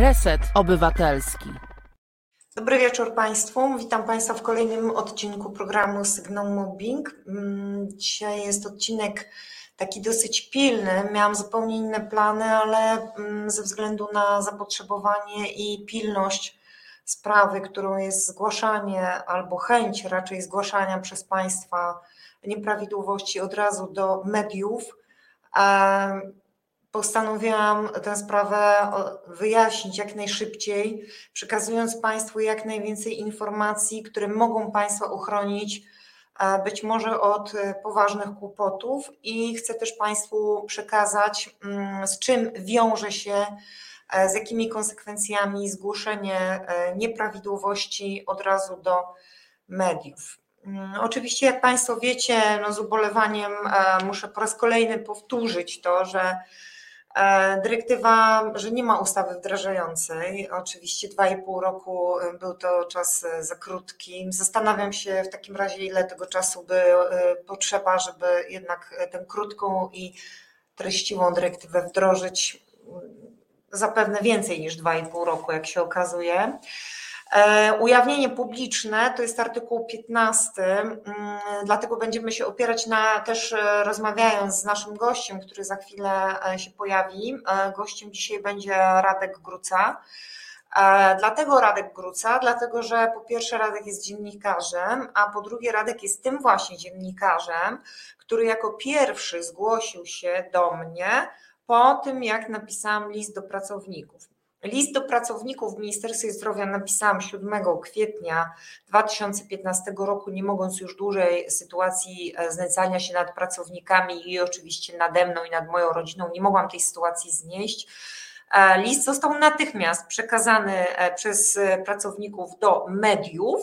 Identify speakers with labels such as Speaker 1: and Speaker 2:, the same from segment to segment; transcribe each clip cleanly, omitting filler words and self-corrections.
Speaker 1: Reset Obywatelski.
Speaker 2: Dobry wieczór Państwu. Witam Państwa w kolejnym odcinku programu Sygnał Mobbing. Dzisiaj jest odcinek taki dosyć pilny. Miałam zupełnie inne plany, ale ze względu na zapotrzebowanie i pilność sprawy, którą jest zgłaszanie albo chęć raczej zgłaszania przez Państwa nieprawidłowości od razu do mediów, postanowiłam tę sprawę wyjaśnić jak najszybciej, przekazując Państwu jak najwięcej informacji, które mogą Państwa uchronić być może od poważnych kłopotów, i chcę też Państwu przekazać, z czym wiąże się, z jakimi konsekwencjami zgłoszenie nieprawidłowości od razu do mediów. Oczywiście, jak Państwo wiecie, z ubolewaniem muszę po raz kolejny powtórzyć to, że dyrektywa, że nie ma ustawy wdrażającej. Oczywiście 2,5 roku był to czas za krótki. Zastanawiam się w takim razie, ile tego czasu by potrzeba, żeby jednak tę krótką i treściwą dyrektywę wdrożyć. Zapewne więcej niż 2,5 roku, jak się okazuje. Ujawnienie publiczne to jest artykuł 15, dlatego będziemy się opierać na, też rozmawiając z naszym gościem, który za chwilę się pojawi. Gościem dzisiaj będzie Radek Gruca. Dlatego Radek Gruca, dlatego że po pierwsze Radek jest dziennikarzem, a po drugie Radek jest tym właśnie dziennikarzem, który jako pierwszy zgłosił się do mnie po tym, jak napisałam list do pracowników. List do pracowników w Ministerstwie Zdrowia napisałam 7 kwietnia 2015 roku, nie mogąc już dłużej sytuacji znęcania się nad pracownikami i oczywiście nade mną i nad moją rodziną, nie mogłam tej sytuacji znieść. List został natychmiast przekazany przez pracowników do mediów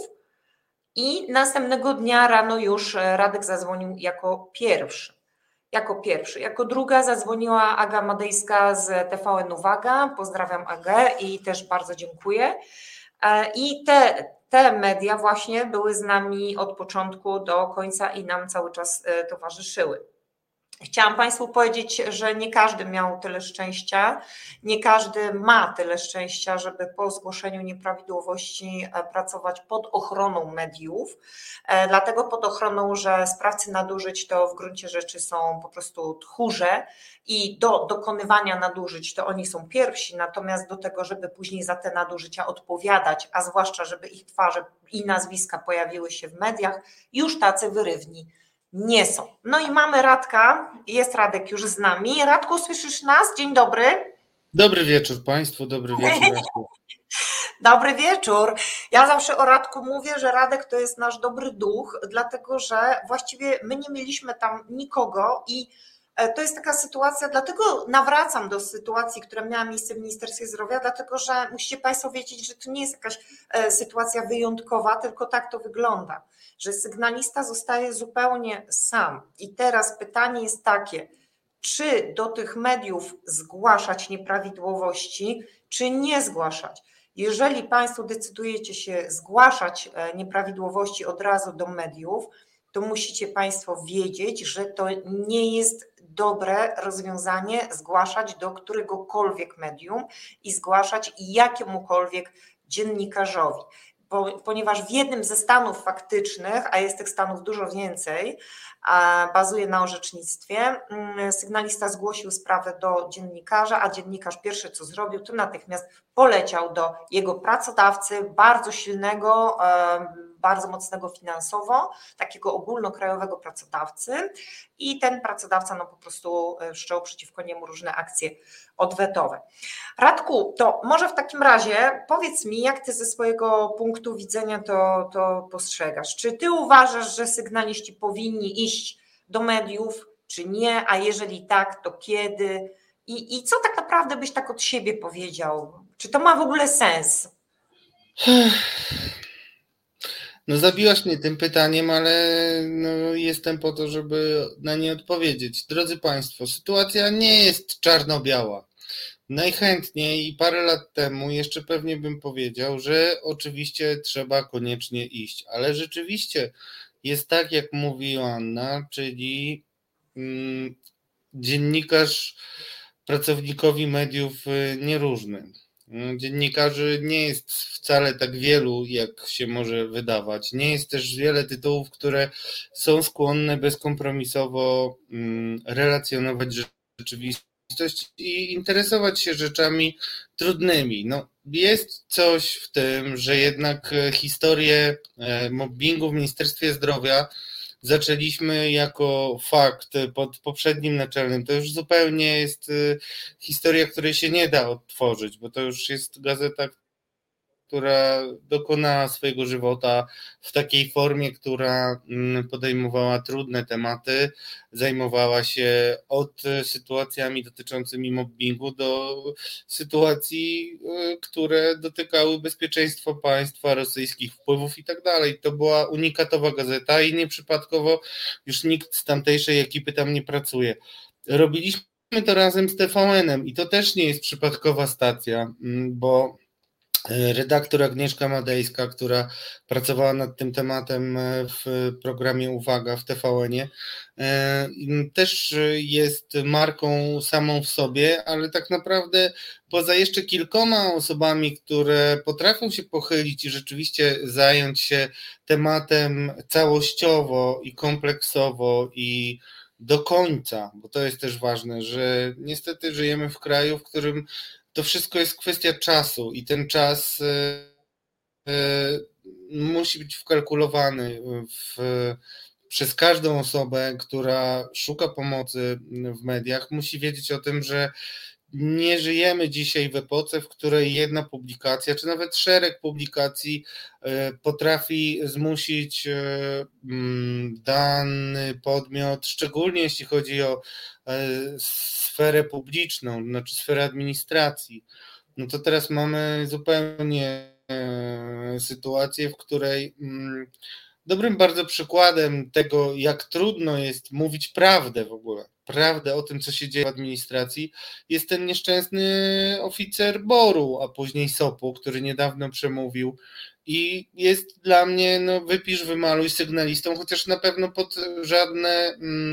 Speaker 2: i następnego dnia rano już Radek zadzwonił jako pierwszy. Jako druga zadzwoniła Aga Madejska z TVN Uwaga. Pozdrawiam Agę i też bardzo dziękuję. I te media właśnie były z nami od początku do końca i nam cały czas towarzyszyły. Chciałam Państwu powiedzieć, że nie każdy miał tyle szczęścia, nie każdy ma tyle szczęścia, żeby po zgłoszeniu nieprawidłowości pracować pod ochroną mediów. Dlatego pod ochroną, że sprawcy nadużyć to w gruncie rzeczy są po prostu tchórze i do dokonywania nadużyć to oni są pierwsi, natomiast do tego, żeby później za te nadużycia odpowiadać, a zwłaszcza żeby ich twarze i nazwiska pojawiły się w mediach, już tacy wyrywni nie są. No i mamy Radka, jest Radek już z nami. Radku, słyszysz nas? Dzień dobry.
Speaker 3: Dobry wieczór Państwu, dobry wieczór Radku.
Speaker 2: Dobry wieczór. Ja zawsze o Radku mówię, że Radek to jest nasz dobry duch, dlatego że właściwie my nie mieliśmy tam nikogo i to jest taka sytuacja, dlatego nawracam do sytuacji, która miała miejsce w Ministerstwie Zdrowia, dlatego że musicie Państwo wiedzieć, że to nie jest jakaś sytuacja wyjątkowa, tylko tak to wygląda, że sygnalista zostaje zupełnie sam. I teraz pytanie jest takie, czy do tych mediów zgłaszać nieprawidłowości, czy nie zgłaszać? Jeżeli Państwo decydujecie się zgłaszać nieprawidłowości od razu do mediów, to musicie Państwo wiedzieć, że to nie jest dobre rozwiązanie zgłaszać do któregokolwiek medium i zgłaszać jakiemukolwiek dziennikarzowi. Ponieważ w jednym ze stanów faktycznych, a jest tych stanów dużo więcej, bazuje na orzecznictwie, sygnalista zgłosił sprawę do dziennikarza, a dziennikarz pierwsze co zrobił, to natychmiast poleciał do jego pracodawcy, bardzo silnego, bardzo mocnego finansowo, takiego ogólnokrajowego pracodawcy, i ten pracodawca po prostu wszczął przeciwko niemu różne akcje odwetowe. Radku, to może w takim razie powiedz mi, jak ty ze swojego punktu widzenia to postrzegasz? Czy ty uważasz, że sygnaliści powinni iść do mediów, czy nie? A jeżeli tak, to kiedy? I co tak naprawdę byś tak od siebie powiedział? Czy to ma w ogóle sens?
Speaker 3: No zabiłaś mnie tym pytaniem, ale jestem po to, żeby na nie odpowiedzieć. Drodzy Państwo, sytuacja nie jest czarno-biała. Najchętniej i parę lat temu jeszcze pewnie bym powiedział, że oczywiście trzeba koniecznie iść, ale rzeczywiście jest tak, jak mówi Joanna, czyli dziennikarz pracownikowi mediów nieróżny. Dziennikarzy nie jest wcale tak wielu, jak się może wydawać. Nie jest też wiele tytułów, które są skłonne bezkompromisowo relacjonować rzeczywistość i interesować się rzeczami trudnymi. No, jest coś w tym, że jednak historię mobbingu w Ministerstwie Zdrowia zaczęliśmy jako fakt pod poprzednim naczelnym. To już zupełnie jest historia, której się nie da odtworzyć, bo to już jest gazeta, która dokonała swojego żywota w takiej formie, która podejmowała trudne tematy, zajmowała się od sytuacjami dotyczącymi mobbingu do sytuacji, które dotykały bezpieczeństwa państwa, rosyjskich wpływów i tak dalej. To była unikatowa gazeta i nieprzypadkowo już nikt z tamtejszej ekipy tam nie pracuje. Robiliśmy to razem z TVN-em i to też nie jest przypadkowa stacja, bo redaktor Agnieszka Madejska, która pracowała nad tym tematem w programie Uwaga w TVN-ie, też jest marką samą w sobie, ale tak naprawdę poza jeszcze kilkoma osobami, które potrafią się pochylić i rzeczywiście zająć się tematem całościowo i kompleksowo i do końca, bo to jest też ważne, że niestety żyjemy w kraju, w którym to wszystko jest kwestia czasu i ten czas musi być wkalkulowany przez każdą osobę, która szuka pomocy w mediach, musi wiedzieć o tym, że nie żyjemy dzisiaj w epoce, w której jedna publikacja, czy nawet szereg publikacji potrafi zmusić dany podmiot, szczególnie jeśli chodzi o sferę publiczną, znaczy sferę administracji. No to teraz mamy zupełnie sytuację, w której dobrym bardzo przykładem tego, jak trudno jest mówić prawdę w ogóle, prawdę o tym, co się dzieje w administracji, jest ten nieszczęsny oficer BOR-u, a później SOP-u, który niedawno przemówił i jest dla mnie, no wypisz, wymaluj sygnalistą, chociaż na pewno pod żadne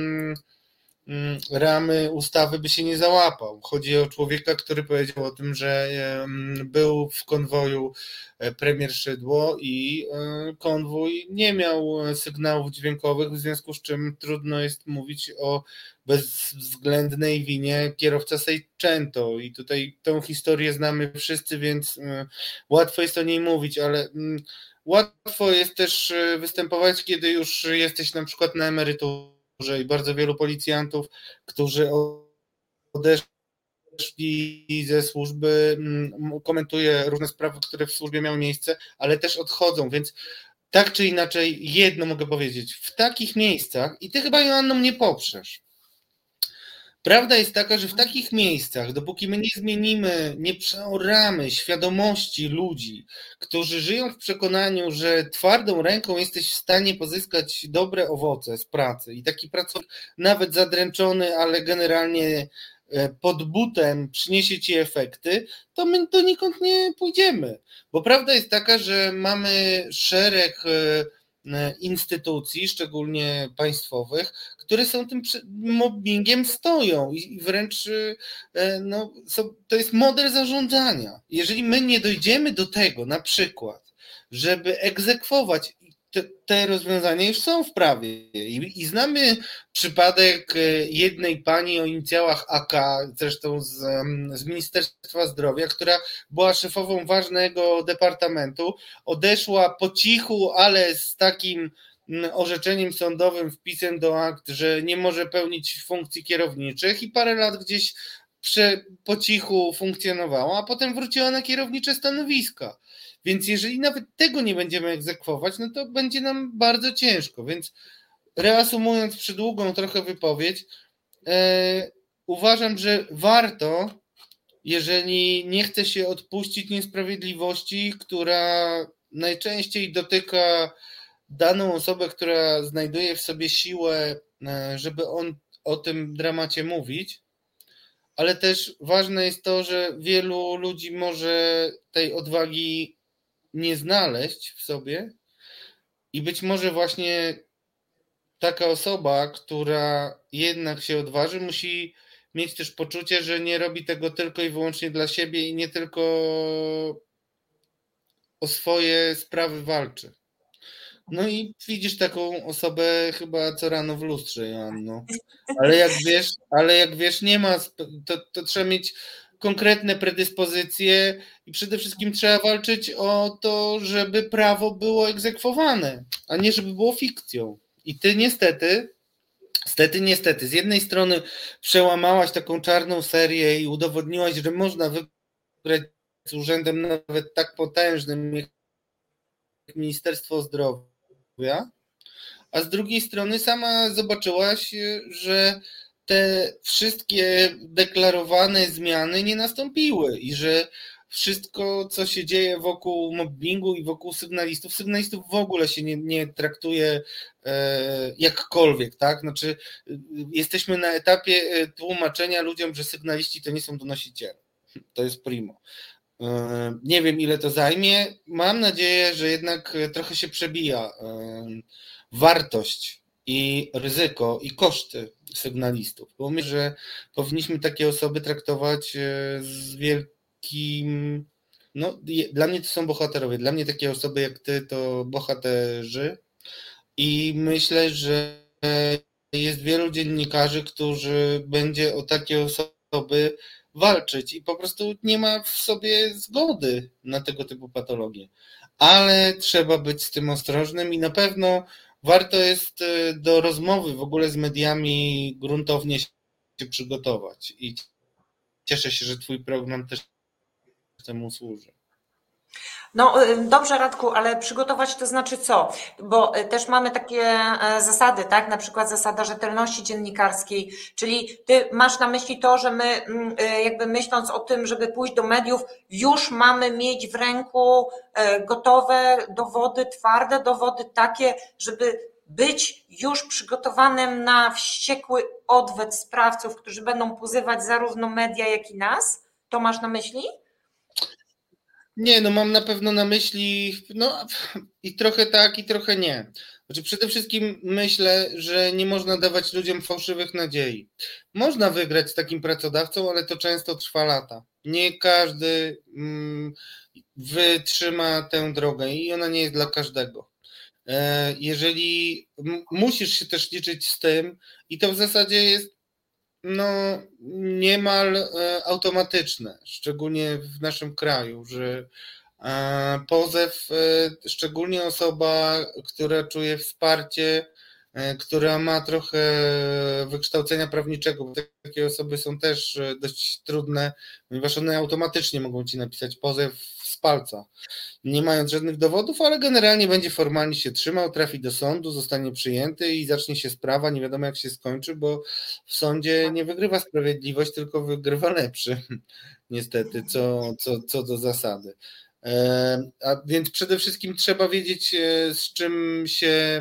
Speaker 3: ramy ustawy by się nie załapał. Chodzi o człowieka, który powiedział o tym, że był w konwoju premier Szydło i konwój nie miał sygnałów dźwiękowych, w związku z czym trudno jest mówić o bezwzględnej winie kierowca Seicento i tutaj tą historię znamy wszyscy, więc łatwo jest o niej mówić, ale łatwo jest też występować, kiedy już jesteś na przykład na emeryturze i bardzo wielu policjantów, którzy odeszli ze służby, komentuje różne sprawy, które w służbie miały miejsce, ale też odchodzą, więc tak czy inaczej jedno mogę powiedzieć, w takich miejscach, i ty chyba, Joanno, mnie poprzesz, prawda jest taka, że w takich miejscach, dopóki my nie zmienimy, nie przeoramy świadomości ludzi, którzy żyją w przekonaniu, że twardą ręką jesteś w stanie pozyskać dobre owoce z pracy i taki pracownik nawet zadręczony, ale generalnie pod butem przyniesie ci efekty, to my donikąd nie pójdziemy. Bo prawda jest taka, że mamy szereg instytucji, szczególnie państwowych, które są tym mobbingiem stoją i wręcz no, to jest model zarządzania. Jeżeli my nie dojdziemy do tego na przykład, żeby egzekwować, te rozwiązania już są w prawie i znamy przypadek jednej pani o inicjałach AK, zresztą z Ministerstwa Zdrowia, która była szefową ważnego departamentu, odeszła po cichu, ale z takim orzeczeniem sądowym, wpisem do akt, że nie może pełnić funkcji kierowniczych i parę lat gdzieś po cichu funkcjonowała, a potem wróciła na kierownicze stanowiska. Więc jeżeli nawet tego nie będziemy egzekwować, no to będzie nam bardzo ciężko. Więc reasumując przydługą trochę wypowiedź, uważam, że warto, jeżeli nie chce się odpuścić niesprawiedliwości, która najczęściej dotyka daną osobę, która znajduje w sobie siłę, żeby o tym dramacie mówić, ale też ważne jest to, że wielu ludzi może tej odwagi nie znaleźć w sobie i być może właśnie taka osoba, która jednak się odważy, musi mieć też poczucie, że nie robi tego tylko i wyłącznie dla siebie i nie tylko o swoje sprawy walczy. No i widzisz taką osobę chyba co rano w lustrze, Joanno. Ale jak wiesz, nie ma, to trzeba mieć konkretne predyspozycje i przede wszystkim trzeba walczyć o to, żeby prawo było egzekwowane, a nie żeby było fikcją. I ty niestety, z jednej strony przełamałaś taką czarną serię i udowodniłaś, że można wygrać z urzędem nawet tak potężnym jak Ministerstwo Zdrowia, a z drugiej strony sama zobaczyłaś, że te wszystkie deklarowane zmiany nie nastąpiły i że wszystko, co się dzieje wokół mobbingu i wokół sygnalistów w ogóle się nie traktuje jakkolwiek, tak? Znaczy, jesteśmy na etapie tłumaczenia ludziom, że sygnaliści to nie są donosiciele. To jest primo. Nie wiem, ile to zajmie. Mam nadzieję, że jednak trochę się przebija wartość i ryzyko i koszty sygnalistów, bo myślę, że powinniśmy takie osoby traktować z wielkim... No, dla mnie to są bohaterowie. Dla mnie takie osoby jak ty to bohaterzy i myślę, że jest wielu dziennikarzy, którzy będzie o takie osoby walczyć i po prostu nie ma w sobie zgody na tego typu patologie. Ale trzeba być z tym ostrożnym i na pewno warto jest do rozmowy w ogóle z mediami gruntownie się przygotować. I cieszę się, że twój program też temu służy.
Speaker 2: No dobrze, Radku, ale przygotować to znaczy co? Bo też mamy takie zasady, tak? Na przykład zasada rzetelności dziennikarskiej, czyli ty masz na myśli to, że my jakby myśląc o tym, żeby pójść do mediów, już mamy mieć w ręku gotowe dowody, twarde dowody takie, żeby być już przygotowanym na wściekły odwet sprawców, którzy będą pozywać zarówno media, jak i nas? To masz na myśli?
Speaker 3: Nie, no mam na pewno na myśli, no i trochę tak, i trochę nie. Znaczy przede wszystkim myślę, że nie można dawać ludziom fałszywych nadziei. Można wygrać z takim pracodawcą, ale to często trwa lata. Nie każdy wytrzyma tę drogę i ona nie jest dla każdego. Jeżeli musisz się też liczyć z tym, i to w zasadzie jest no niemal automatyczne, szczególnie w naszym kraju, że pozew, szczególnie osoba, która czuje wsparcie, która ma trochę wykształcenia prawniczego, bo takie osoby są też dość trudne, ponieważ one automatycznie mogą ci napisać pozew z palca, nie mając żadnych dowodów, ale generalnie będzie formalnie się trzymał, trafi do sądu, zostanie przyjęty i zacznie się sprawa, nie wiadomo jak się skończy, bo w sądzie nie wygrywa sprawiedliwość, tylko wygrywa lepszy, niestety, co do zasady. A więc przede wszystkim trzeba wiedzieć, z czym się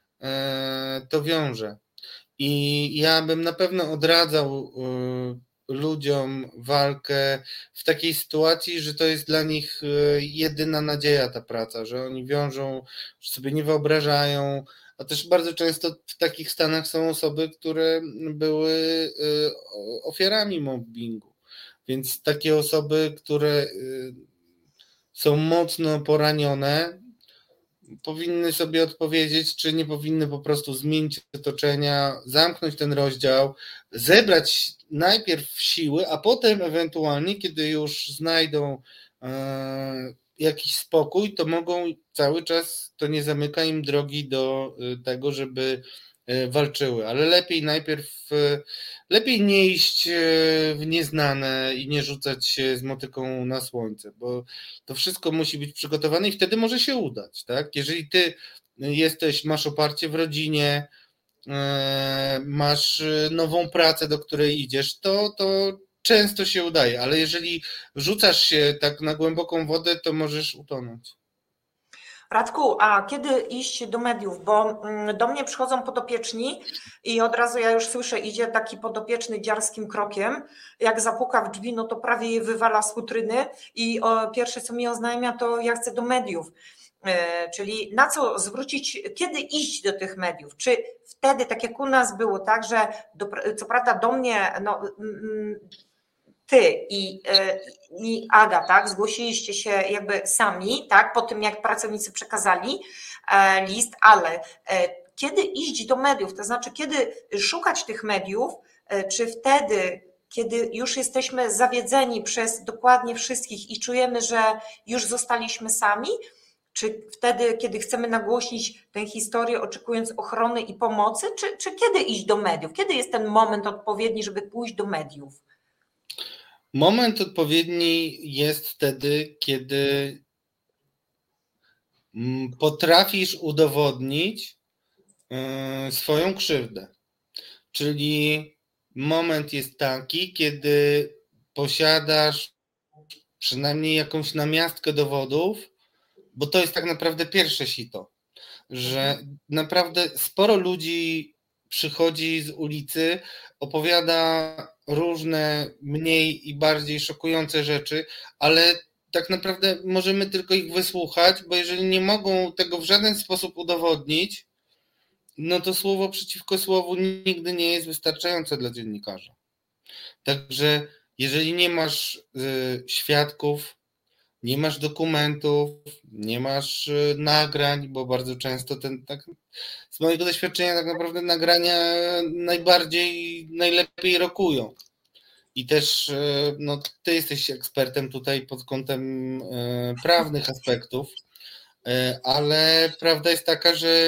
Speaker 3: to wiąże. I ja bym na pewno odradzał ludziom walkę w takiej sytuacji, że to jest dla nich jedyna nadzieja ta praca, że oni wiążą, że sobie nie wyobrażają, a też bardzo często w takich stanach są osoby, które były ofiarami mobbingu. Więc takie osoby, które są mocno poranione, powinny sobie odpowiedzieć, czy nie powinny po prostu zmienić otoczenia, zamknąć ten rozdział, zebrać najpierw siły, a potem ewentualnie, kiedy już znajdą jakiś spokój, to mogą cały czas, to nie zamyka im drogi do tego, żeby walczyły, ale lepiej nie iść w nieznane i nie rzucać się z motyką na słońce, bo to wszystko musi być przygotowane i wtedy może się udać, tak? Jeżeli ty masz oparcie w rodzinie, masz nową pracę, do której idziesz, to często się udaje, ale jeżeli rzucasz się tak na głęboką wodę, to możesz utonąć.
Speaker 2: Radku, a kiedy iść do mediów? Bo do mnie przychodzą podopieczni i od razu ja już słyszę, idzie taki podopieczny dziarskim krokiem. Jak zapuka w drzwi, no to prawie je wywala z futryny i pierwsze co mi oznajmia, to ja chcę do mediów. Czyli na co zwrócić, kiedy iść do tych mediów? Czy wtedy, tak jak u nas było, tak, że co prawda do mnie, no, ty i Aga, tak, zgłosiliście się jakby sami, tak, po tym jak pracownicy przekazali list, ale kiedy iść do mediów, to znaczy kiedy szukać tych mediów, czy wtedy, kiedy już jesteśmy zawiedzeni przez dokładnie wszystkich i czujemy, że już zostaliśmy sami, czy wtedy, kiedy chcemy nagłośnić tę historię, oczekując ochrony i pomocy, czy kiedy iść do mediów? Kiedy jest ten moment odpowiedni, żeby pójść do mediów?
Speaker 3: Moment odpowiedni jest wtedy, kiedy potrafisz udowodnić swoją krzywdę. Czyli moment jest taki, kiedy posiadasz przynajmniej jakąś namiastkę dowodów, bo to jest tak naprawdę pierwsze sito, że naprawdę sporo ludzi przychodzi z ulicy, opowiada różne mniej i bardziej szokujące rzeczy, ale tak naprawdę możemy tylko ich wysłuchać, bo jeżeli nie mogą tego w żaden sposób udowodnić, no to słowo przeciwko słowu nigdy nie jest wystarczające dla dziennikarza. Także jeżeli nie masz świadków, nie masz dokumentów, nie masz nagrań, bo bardzo często z mojego doświadczenia tak naprawdę nagrania najlepiej rokują. I też no, ty jesteś ekspertem tutaj pod kątem prawnych aspektów, ale prawda jest taka, że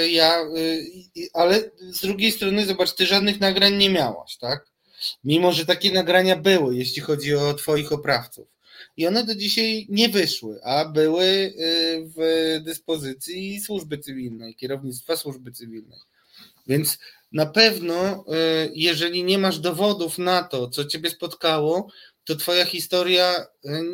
Speaker 3: ale z drugiej strony zobacz, ty żadnych nagrań nie miałaś, tak? Mimo że takie nagrania były, jeśli chodzi o twoich oprawców. I one do dzisiaj nie wyszły, a były w dyspozycji służby cywilnej, kierownictwa służby cywilnej. Więc na pewno, jeżeli nie masz dowodów na to, co ciebie spotkało, to twoja historia,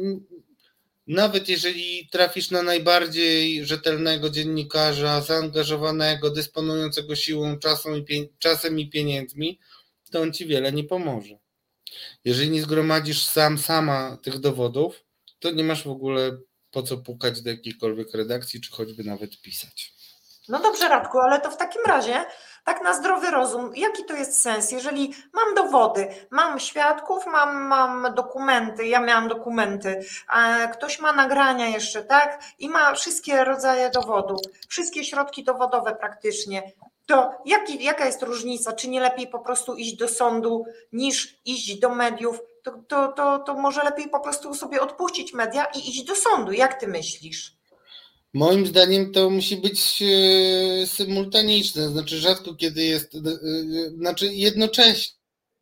Speaker 3: nawet jeżeli trafisz na najbardziej rzetelnego dziennikarza, zaangażowanego, dysponującego siłą, czasem i pieniędzmi, to on ci wiele nie pomoże. Jeżeli nie zgromadzisz sama tych dowodów, to nie masz w ogóle po co pukać do jakiejkolwiek redakcji, czy choćby nawet pisać.
Speaker 2: No dobrze, Radku, ale to w takim razie, tak na zdrowy rozum, jaki to jest sens, jeżeli mam dowody, mam świadków, mam dokumenty, ja miałam dokumenty, a ktoś ma nagrania jeszcze, tak, i ma wszystkie rodzaje dowodów, wszystkie środki dowodowe praktycznie, to jaka jest różnica, czy nie lepiej po prostu iść do sądu niż iść do mediów, to może lepiej po prostu sobie odpuścić media i iść do sądu, jak ty myślisz?
Speaker 3: Moim zdaniem to musi być symultaniczne, znaczy rzadko kiedy jest, znaczy jednocześnie.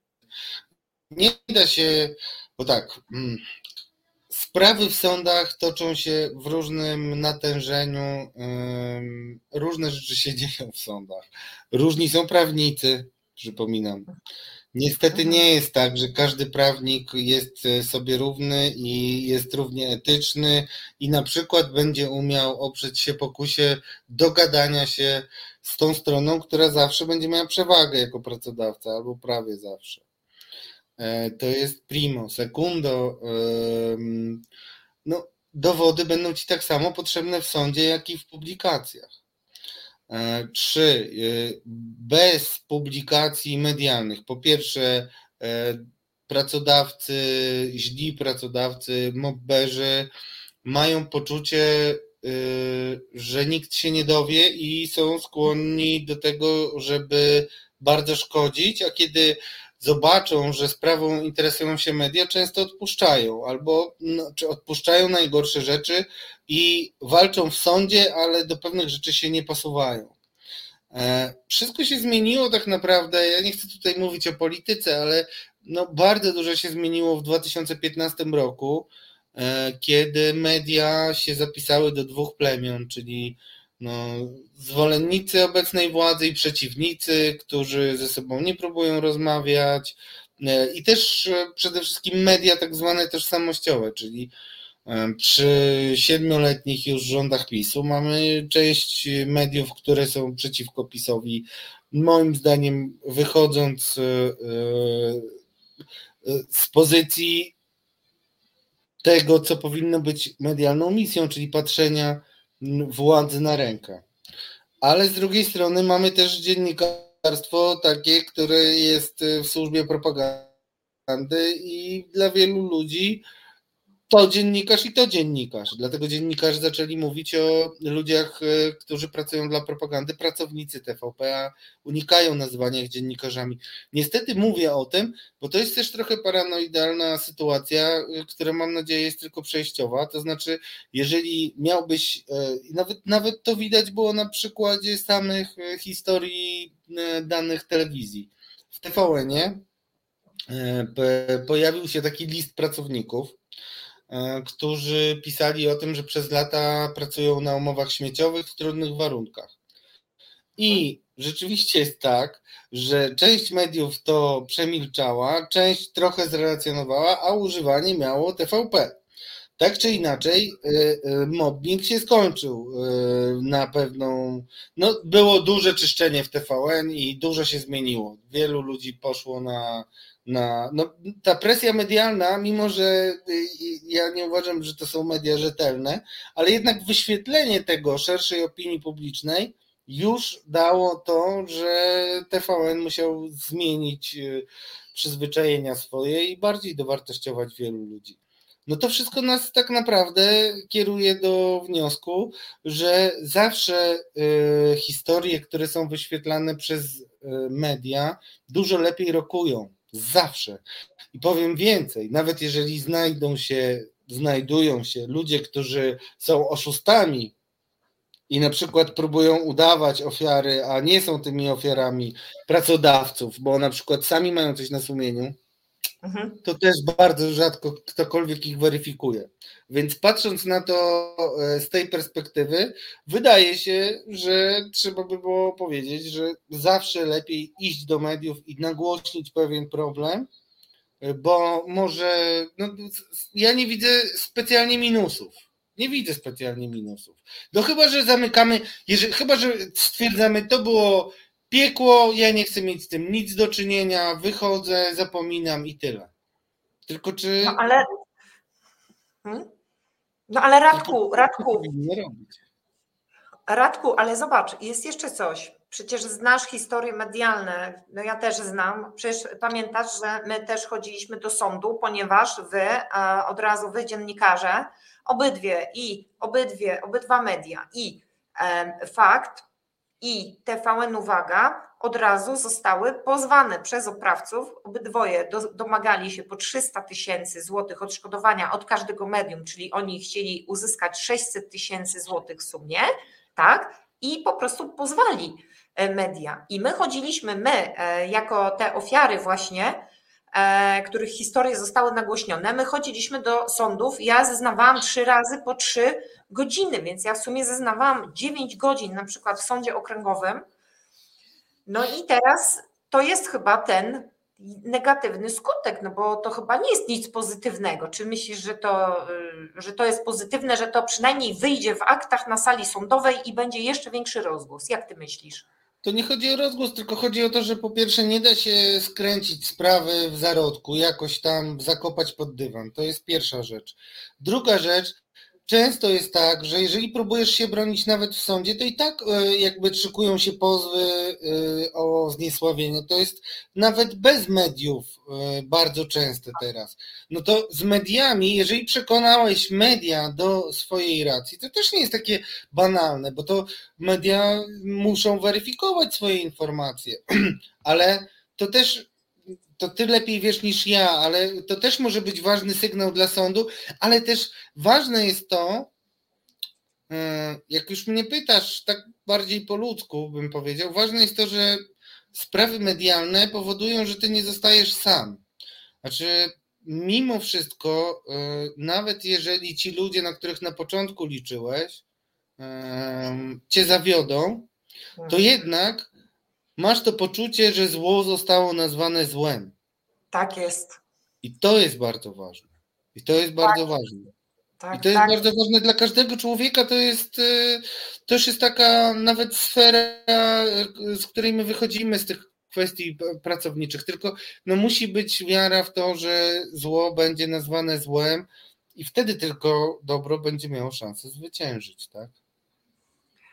Speaker 3: Nie da się, bo tak, sprawy w sądach toczą się w różnym natężeniu, różne rzeczy się dzieją w sądach. Różni są prawnicy, przypominam. Niestety nie jest tak, że każdy prawnik jest sobie równy i jest równie etyczny i na przykład będzie umiał oprzeć się pokusie dogadania się z tą stroną, która zawsze będzie miała przewagę jako pracodawca, albo prawie zawsze. To jest primo. Secundo, no, dowody będą ci tak samo potrzebne w sądzie, jak i w publikacjach. 3. Bez publikacji medialnych. Po pierwsze, źli pracodawcy, mobberzy mają poczucie, że nikt się nie dowie i są skłonni do tego, żeby bardzo szkodzić, a kiedy zobaczą, że sprawą interesują się media, często odpuszczają albo czy odpuszczają najgorsze rzeczy i walczą w sądzie, ale do pewnych rzeczy się nie posuwają. Wszystko się zmieniło tak naprawdę, ja nie chcę tutaj mówić o polityce, ale no bardzo dużo się zmieniło w 2015 roku, kiedy media się zapisały do 2 plemion, czyli zwolennicy obecnej władzy i przeciwnicy, którzy ze sobą nie próbują rozmawiać, i też przede wszystkim media tak zwane tożsamościowe, czyli przy 7-letnich już rządach PiS-u mamy część mediów, które są przeciwko PiS-owi. Moim zdaniem, wychodząc z pozycji tego, co powinno być medialną misją, czyli patrzenia władzy na rękę. Ale z drugiej strony mamy też dziennikarstwo takie, które jest w służbie propagandy i dla wielu ludzi to dziennikarz i to dziennikarz. Dlatego dziennikarze zaczęli mówić o ludziach, którzy pracują dla propagandy, pracownicy TVP, a unikają nazywania ich dziennikarzami. Niestety mówię o tym, bo to jest też trochę paranoidalna sytuacja, która mam nadzieję jest tylko przejściowa. To znaczy, jeżeli miałbyś, nawet to widać było na przykładzie samych historii danych telewizji. W TVN-ie pojawił się taki list pracowników, którzy pisali o tym, że przez lata pracują na umowach śmieciowych w trudnych warunkach. I rzeczywiście jest tak, że część mediów to przemilczała, część trochę zrelacjonowała, a używanie miało TVP. Tak czy inaczej, mobbing się skończył na pewną... No, było duże czyszczenie w TVN i dużo się zmieniło. Wielu ludzi poszło no, ta presja medialna, mimo że ja nie uważam, że to są media rzetelne, ale jednak wyświetlenie tego szerszej opinii publicznej już dało to, że TVN musiał zmienić przyzwyczajenia swoje i bardziej dowartościować wielu ludzi. No to wszystko nas tak naprawdę kieruje do wniosku, że zawsze historie, które są wyświetlane przez media, dużo lepiej rokują. Zawsze. I powiem więcej, nawet jeżeli znajdują się ludzie, którzy są oszustami i na przykład próbują udawać ofiary, a nie są tymi ofiarami pracodawców, bo na przykład sami mają coś na sumieniu, to też bardzo rzadko ktokolwiek ich weryfikuje. Więc patrząc na to z tej perspektywy, wydaje się, że trzeba by było powiedzieć, że zawsze lepiej iść do mediów i nagłośnić pewien problem, bo może, no, ja nie widzę specjalnie minusów. Nie widzę specjalnie minusów. No chyba, że zamykamy, chyba, że stwierdzamy, to było piekło, ja nie chcę mieć z tym nic do czynienia, wychodzę, zapominam i tyle. Tylko czy...
Speaker 2: No ale Radku, ale zobacz, jest jeszcze coś. Przecież znasz historie medialne, no ja też znam. Przecież pamiętasz, że my też chodziliśmy do sądu, ponieważ od razu wy dziennikarze, obydwa media i Fakt i TVN Uwaga od razu zostały pozwane przez oprawców. Obydwoje domagali się po 300 000 złotych odszkodowania od każdego medium, czyli oni chcieli uzyskać 600 000 złotych w sumie, tak? I po prostu pozwali media. I my chodziliśmy, jako te ofiary właśnie, których historie zostały nagłośnione, my chodziliśmy do sądów, ja zeznawałam 3 razy po 3 godziny, więc ja w sumie zeznawałam 9 godzin na przykład w sądzie okręgowym. No i teraz to jest chyba ten negatywny skutek, no bo to chyba nie jest nic pozytywnego. Czy myślisz, że to jest pozytywne, że to przynajmniej wyjdzie w aktach na sali sądowej i będzie jeszcze większy rozgłos? Jak ty myślisz?
Speaker 3: To nie chodzi o rozgłos, tylko chodzi o to, że po pierwsze nie da się skręcić sprawy w zarodku, jakoś tam zakopać pod dywan. To jest pierwsza rzecz. Druga rzecz, często jest tak, że jeżeli próbujesz się bronić nawet w sądzie, to i tak jakby szykują się pozwy o zniesławienie. To jest nawet bez mediów bardzo częste teraz. No to z mediami, jeżeli przekonałeś media do swojej racji, to też nie jest takie banalne, bo to media muszą weryfikować swoje informacje, ale to ty lepiej wiesz niż ja, ale to też może być ważny sygnał dla sądu, ale też ważne jest to, jak już mnie pytasz, tak bardziej po ludzku bym powiedział, ważne jest to, że sprawy medialne powodują, że ty nie zostajesz sam. Znaczy, mimo wszystko, nawet jeżeli ci ludzie, na których na początku liczyłeś, cię zawiodą, to jednak masz to poczucie, że zło zostało nazwane złem.
Speaker 2: Tak jest.
Speaker 3: I to jest bardzo ważne. I to jest bardzo ważne. I to jest bardzo ważne dla każdego człowieka. To już jest taka nawet sfera, z której my wychodzimy z tych kwestii pracowniczych. Tylko no, musi być wiara w to, że zło będzie nazwane złem i wtedy tylko dobro będzie miało szansę zwyciężyć, tak?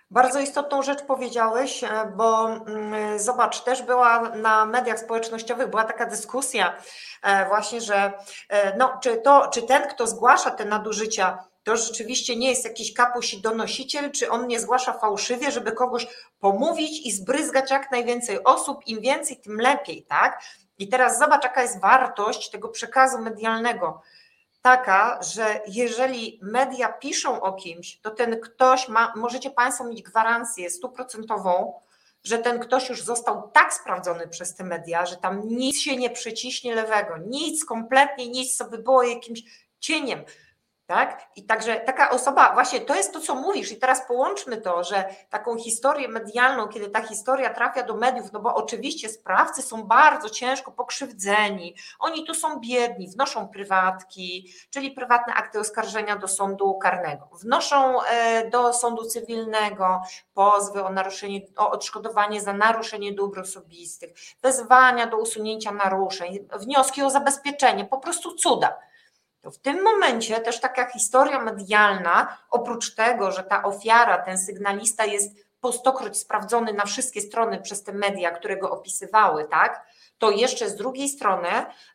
Speaker 2: Bardzo istotną rzecz powiedziałeś, bo zobacz, też była na mediach społecznościowych była taka dyskusja właśnie, że no, czy ten, kto zgłasza te nadużycia, to rzeczywiście nie jest jakiś kapuś i donosiciel, czy on nie zgłasza fałszywie, żeby kogoś pomówić i zbryzgać jak najwięcej osób, im więcej, tym lepiej, tak? I teraz zobacz, jaka jest wartość tego przekazu medialnego. Taka, że jeżeli media piszą o kimś, to ten ktoś możecie Państwo mieć gwarancję 100%, że ten ktoś już został tak sprawdzony przez te media, że tam nic się nie przyciśnie lewego, nic, kompletnie nic, co by było jakimś cieniem. Tak? I także taka osoba, właśnie to jest to, co mówisz, i teraz połączmy to, że taką historię medialną, kiedy ta historia trafia do mediów, no bo oczywiście sprawcy są bardzo ciężko pokrzywdzeni, oni tu są biedni, wnoszą prywatki, czyli prywatne akty oskarżenia do sądu karnego, wnoszą do sądu cywilnego pozwy o odszkodowanie za naruszenie dóbr osobistych, wezwania do usunięcia naruszeń, wnioski o zabezpieczenie, po prostu cuda. To w tym momencie też taka historia medialna, oprócz tego, że ta ofiara, ten sygnalista jest po stokroć sprawdzony na wszystkie strony przez te media, które go opisywały, tak, to jeszcze z drugiej strony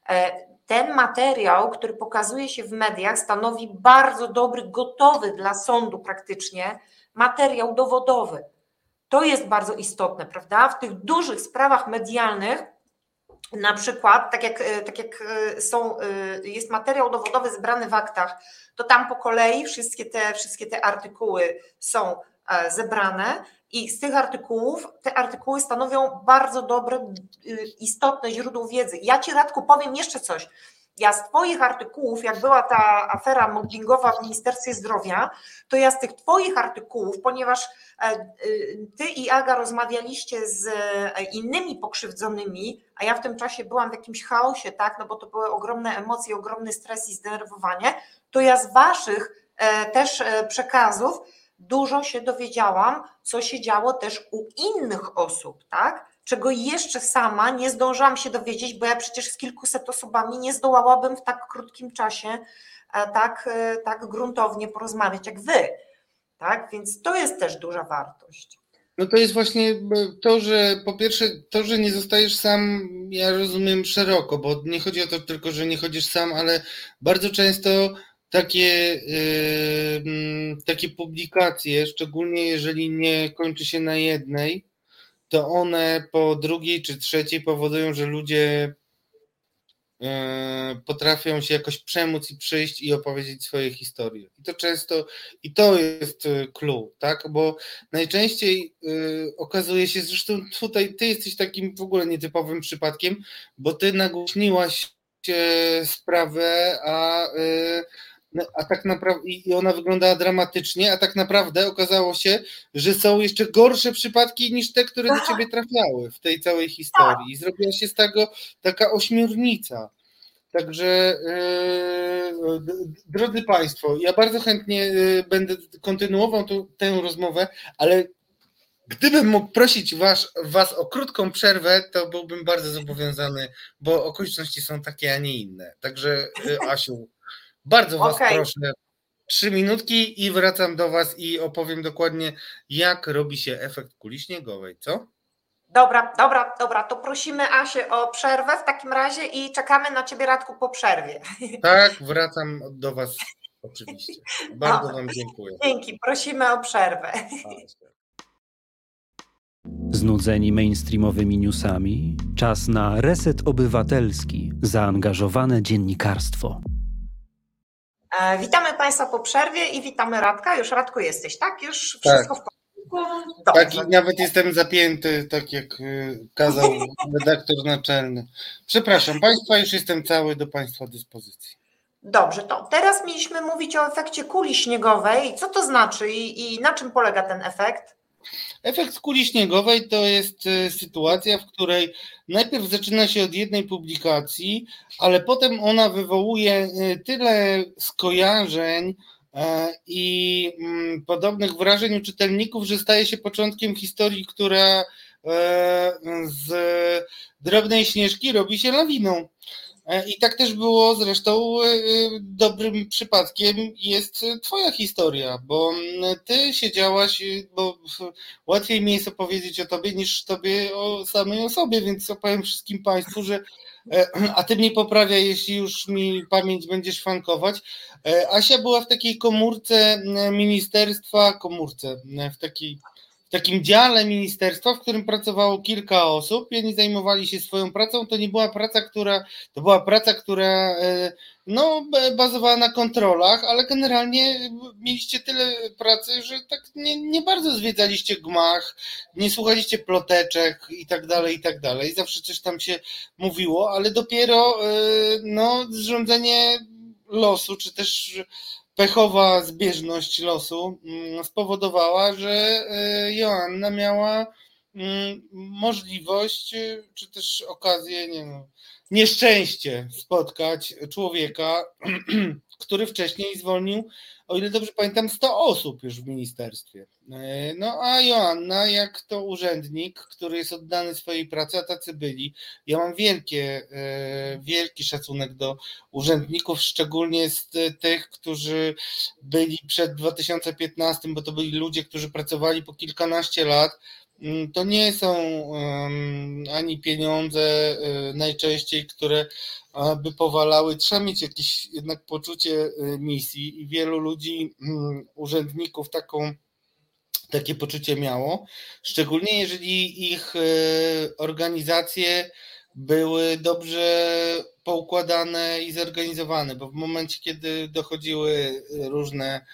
Speaker 2: ten materiał, który pokazuje się w mediach, stanowi bardzo dobry, gotowy dla sądu praktycznie materiał dowodowy. To jest bardzo istotne, prawda? W tych dużych sprawach medialnych na przykład, tak jak jest materiał dowodowy zebrany w aktach, to tam po kolei wszystkie te artykuły są zebrane i z tych artykułów, te artykuły stanowią bardzo dobre, istotne źródło wiedzy. Ja Ci, Radku, powiem jeszcze coś. Ja z Twoich artykułów, jak była ta afera mobbingowa w Ministerstwie Zdrowia, to ja z tych Twoich artykułów, ponieważ Ty i Aga rozmawialiście z innymi pokrzywdzonymi, a ja w tym czasie byłam w jakimś chaosie, tak, no bo to były ogromne emocje, ogromny stres i zdenerwowanie, to ja z Waszych też przekazów dużo się dowiedziałam, co się działo też u innych osób, tak? Czego jeszcze sama nie zdążyłam się dowiedzieć, bo ja przecież z kilkuset osobami nie zdołałabym w tak krótkim czasie tak gruntownie porozmawiać jak wy. Tak? Więc to jest też duża wartość.
Speaker 3: No to jest właśnie to, że po pierwsze to, że nie zostajesz sam, ja rozumiem szeroko, bo nie chodzi o to tylko, że nie chodzisz sam, ale bardzo często takie publikacje, szczególnie jeżeli nie kończy się na jednej, to one po drugiej czy trzeciej powodują, że ludzie potrafią się jakoś przemóc i przyjść i opowiedzieć swoje historie. I to często, i to jest clue, tak? Bo najczęściej okazuje się, zresztą tutaj ty jesteś takim w ogóle nietypowym przypadkiem, bo ty nagłośniłaś sprawę, a tak naprawdę i ona wyglądała dramatycznie, a tak naprawdę okazało się, że są jeszcze gorsze przypadki niż te, które do ciebie trafiały w tej całej historii. I zrobiła się z tego taka ośmiornica. Także drodzy Państwo, ja bardzo chętnie będę kontynuował tę rozmowę, ale gdybym mógł prosić was o krótką przerwę, to byłbym bardzo zobowiązany, bo okoliczności są takie, a nie inne. Także Asiu, bardzo was proszę, 3 minutki i wracam do was i opowiem dokładnie, jak robi się efekt kuli śniegowej, co?
Speaker 2: Dobra, to prosimy Asię o przerwę w takim razie i czekamy na ciebie, Radku, po przerwie.
Speaker 3: Tak, wracam do was oczywiście. Bardzo wam dziękuję.
Speaker 2: Dzięki, prosimy o przerwę.
Speaker 4: Znudzeni mainstreamowymi newsami? Czas na Reset Obywatelski, zaangażowane dziennikarstwo.
Speaker 2: Witamy Państwa po przerwie i witamy Radka. Już, Radku, jesteś, tak? Już wszystko w porządku.
Speaker 3: Tak, i nawet jestem zapięty, tak jak kazał redaktor naczelny. Przepraszam Państwa, już jestem cały do Państwa dyspozycji.
Speaker 2: Dobrze, to teraz mieliśmy mówić o efekcie kuli śniegowej. Co to znaczy i na czym polega ten efekt?
Speaker 3: Efekt kuli śniegowej to jest sytuacja, w której najpierw zaczyna się od jednej publikacji, ale potem ona wywołuje tyle skojarzeń i podobnych wrażeń u czytelników, że staje się początkiem historii, która z drobnej śnieżki robi się lawiną. I tak też było zresztą dobrym przypadkiem jest twoja historia, bo ty siedziałaś, bo łatwiej mi jest opowiedzieć o tobie niż tobie o samej osobie, więc opowiem wszystkim państwu, że a ty mnie poprawiaj, jeśli już mi pamięć będziesz szwankować. Asia była w takiej komórce ministerstwa, w takim dziale ministerstwa, w którym pracowało kilka osób i oni zajmowali się swoją pracą. To była praca, która no, bazowała na kontrolach, ale generalnie mieliście tyle pracy, że tak nie bardzo zwiedzaliście gmach, nie słuchaliście ploteczek i tak dalej. Zawsze coś tam się mówiło, ale dopiero no, zrządzenie losu, czy też pechowa zbieżność losu spowodowała, że Joanna miała możliwość, czy też okazję, nieszczęście spotkać człowieka, który wcześniej zwolnił, o ile dobrze pamiętam, 100 osób już w ministerstwie. No a Joanna, jak to urzędnik, który jest oddany swojej pracy, a tacy byli. Ja mam wielki szacunek do urzędników, szczególnie z tych, którzy byli przed 2015, bo to byli ludzie, którzy pracowali po kilkanaście lat. To nie są ani pieniądze najczęściej, które by powalały. Trzeba mieć jakieś jednak poczucie misji i wielu ludzi, urzędników takie poczucie miało, szczególnie jeżeli ich organizacje były dobrze poukładane i zorganizowane, bo w momencie, kiedy dochodziły różne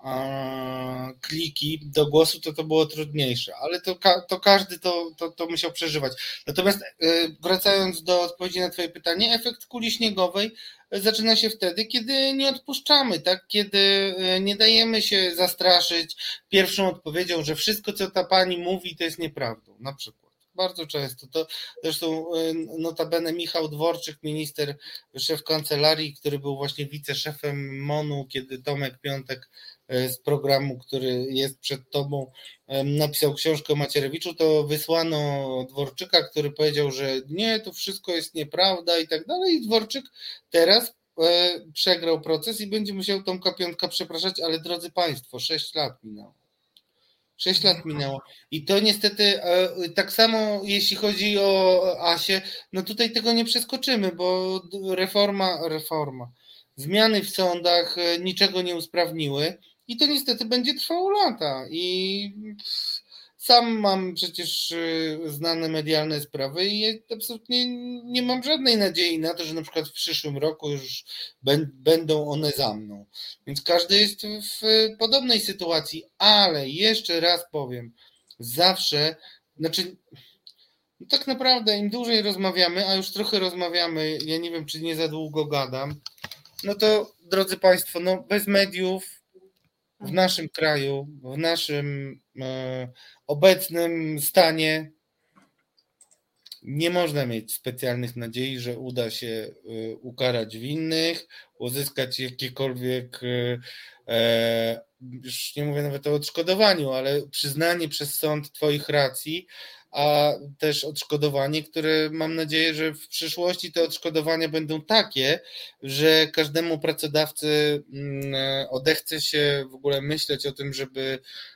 Speaker 3: kliki do głosu, to było trudniejsze, ale to każdy to musiał przeżywać. Natomiast wracając do odpowiedzi na twoje pytanie, efekt kuli śniegowej zaczyna się wtedy, kiedy nie odpuszczamy, tak? Kiedy nie dajemy się zastraszyć pierwszą odpowiedzią, że wszystko, co ta pani mówi, to jest nieprawdą, na przykład. Bardzo często. To zresztą notabene Michał Dworczyk, minister, szef kancelarii, który był właśnie wiceszefem MON-u, kiedy Tomek Piątek z programu, który jest przed tobą, napisał książkę o Macierewiczu, to wysłano Dworczyka, który powiedział, że nie, to wszystko jest nieprawda i tak dalej. I Dworczyk teraz przegrał proces i będzie musiał Tomka Piątka przepraszać, ale drodzy państwo, 6 lat minęło. 6 lat minęło. I to niestety tak samo jeśli chodzi o Asię, no tutaj tego nie przeskoczymy, bo reforma, zmiany w sądach niczego nie usprawniły i to niestety będzie trwało lata. I sam mam przecież znane medialne sprawy i absolutnie nie mam żadnej nadziei na to, że na przykład w przyszłym roku już będą one za mną. Więc każdy jest w podobnej sytuacji, ale jeszcze raz powiem, zawsze, znaczy tak naprawdę im dłużej rozmawiamy, a już trochę rozmawiamy, ja nie wiem, czy nie za długo gadam, no to drodzy państwo, no bez mediów w naszym kraju, w naszym obecnym stanie nie można mieć specjalnych nadziei, że uda się ukarać winnych, uzyskać jakiekolwiek, już nie mówię nawet o odszkodowaniu, ale przyznanie przez sąd twoich racji, a też odszkodowanie, które mam nadzieję, że w przyszłości te odszkodowania będą takie, że każdemu pracodawcy odechce się w ogóle myśleć o tym, żeby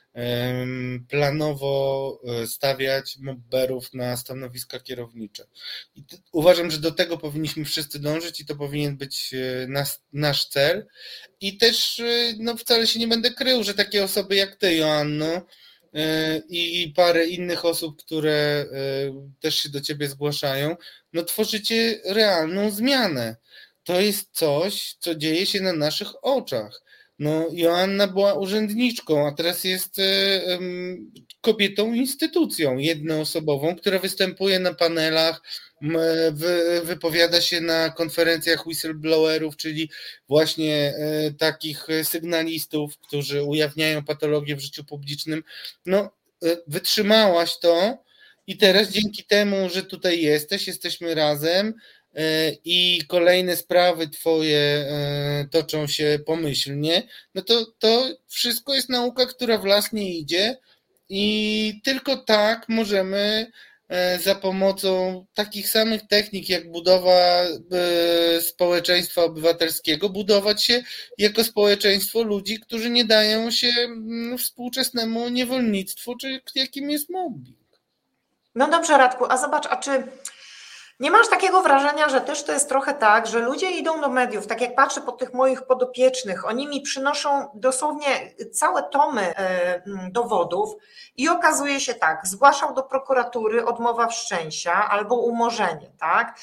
Speaker 3: planowo stawiać mobberów na stanowiska kierownicze. I uważam, że do tego powinniśmy wszyscy dążyć i to powinien być nasz cel. I też no, wcale się nie będę krył, że takie osoby jak ty, Joanno, i parę innych osób, które też się do ciebie zgłaszają, no tworzycie realną zmianę. To jest coś, co dzieje się na naszych oczach. No, Joanna była urzędniczką, a teraz jest kobietą instytucją jednoosobową, która występuje na panelach, wypowiada się na konferencjach whistleblowerów, czyli właśnie takich sygnalistów, którzy ujawniają patologię w życiu publicznym. No, wytrzymałaś to i teraz dzięki temu, że tutaj jesteśmy razem i kolejne sprawy twoje toczą się pomyślnie, no to wszystko jest nauka, która w las nie idzie i tylko tak możemy za pomocą takich samych technik jak budowa społeczeństwa obywatelskiego, budować się jako społeczeństwo ludzi, którzy nie dają się współczesnemu niewolnictwu, czy jakim jest mobbing.
Speaker 2: No dobrze, Radku, a zobacz, a czy nie masz takiego wrażenia, że też to jest trochę tak, że ludzie idą do mediów, tak jak patrzę po tych moich podopiecznych, oni mi przynoszą dosłownie całe tomy dowodów i okazuje się tak, zgłaszał do prokuratury odmowa wszczęcia albo umorzenie, tak?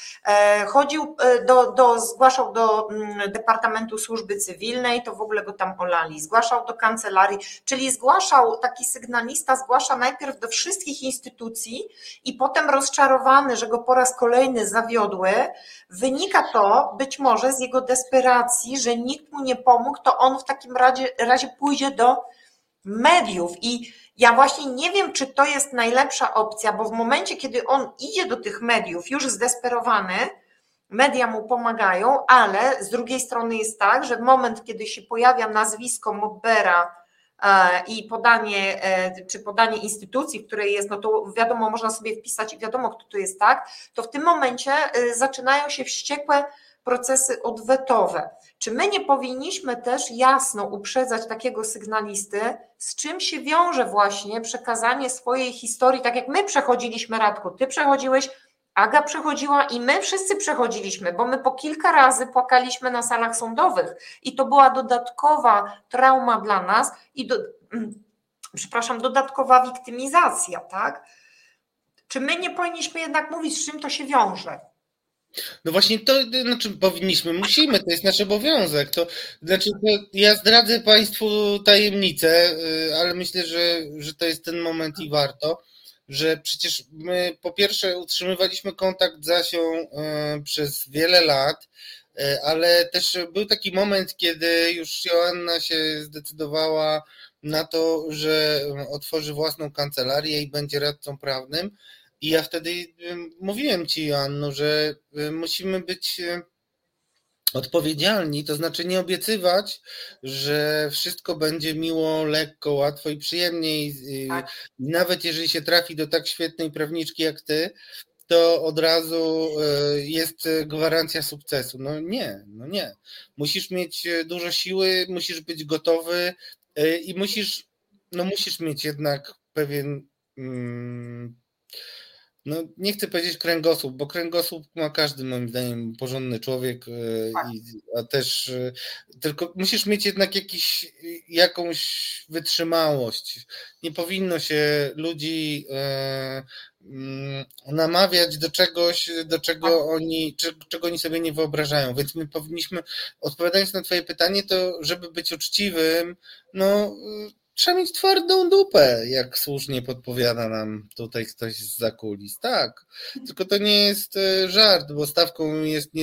Speaker 2: Zgłaszał do Departamentu Służby Cywilnej, to w ogóle go tam olali, zgłaszał do kancelarii, czyli taki sygnalista zgłasza najpierw do wszystkich instytucji i potem rozczarowany, że go po raz kolejny zawiodły, wynika to być może z jego desperacji, że nikt mu nie pomógł, to on w takim razie pójdzie do mediów i ja właśnie nie wiem, czy to jest najlepsza opcja, bo w momencie, kiedy on idzie do tych mediów już zdesperowany, media mu pomagają, ale z drugiej strony jest tak, że w moment, kiedy się pojawia nazwisko mobbera i podanie instytucji, w której jest, no to wiadomo, można sobie wpisać i wiadomo, kto to jest, tak, to w tym momencie zaczynają się wściekłe procesy odwetowe. Czy my nie powinniśmy też jasno uprzedzać takiego sygnalisty, z czym się wiąże właśnie przekazanie swojej historii, tak jak my przechodziliśmy, Radku, ty przechodziłeś, Aga przechodziła i my wszyscy przechodziliśmy, bo my po kilka razy płakaliśmy na salach sądowych i to była dodatkowa trauma dla nas i dodatkowa wiktymizacja, tak? Czy my nie powinniśmy jednak mówić, z czym to się wiąże?
Speaker 3: No właśnie to, musimy, to jest nasz obowiązek. Ja zdradzę Państwu tajemnicę, ale myślę, że to jest ten moment i warto, że przecież my po pierwsze utrzymywaliśmy kontakt z Asią przez wiele lat, ale też był taki moment, kiedy już Joanna się zdecydowała na to, że otworzy własną kancelarię i będzie radcą prawnym. I ja wtedy mówiłem Ci, Joanno, że musimy być odpowiedzialni, to znaczy nie obiecywać, że wszystko będzie miło, lekko, łatwo i przyjemnie. Tak. Nawet jeżeli się trafi do tak świetnej prawniczki jak Ty, to od razu jest gwarancja sukcesu. No nie. Musisz mieć dużo siły, musisz być gotowy i musisz mieć jednak pewien... nie chcę powiedzieć kręgosłup, bo kręgosłup ma każdy, moim zdaniem, porządny człowiek, a też tylko musisz mieć jednak jakąś wytrzymałość. Nie powinno się ludzi namawiać do czegoś, czego oni sobie nie wyobrażają. Więc my powinniśmy, odpowiadając na Twoje pytanie, to żeby być uczciwym, trzeba mieć twardą dupę, jak słusznie podpowiada nam tutaj ktoś zza kulis. Tak, tylko to nie jest żart, bo stawką jest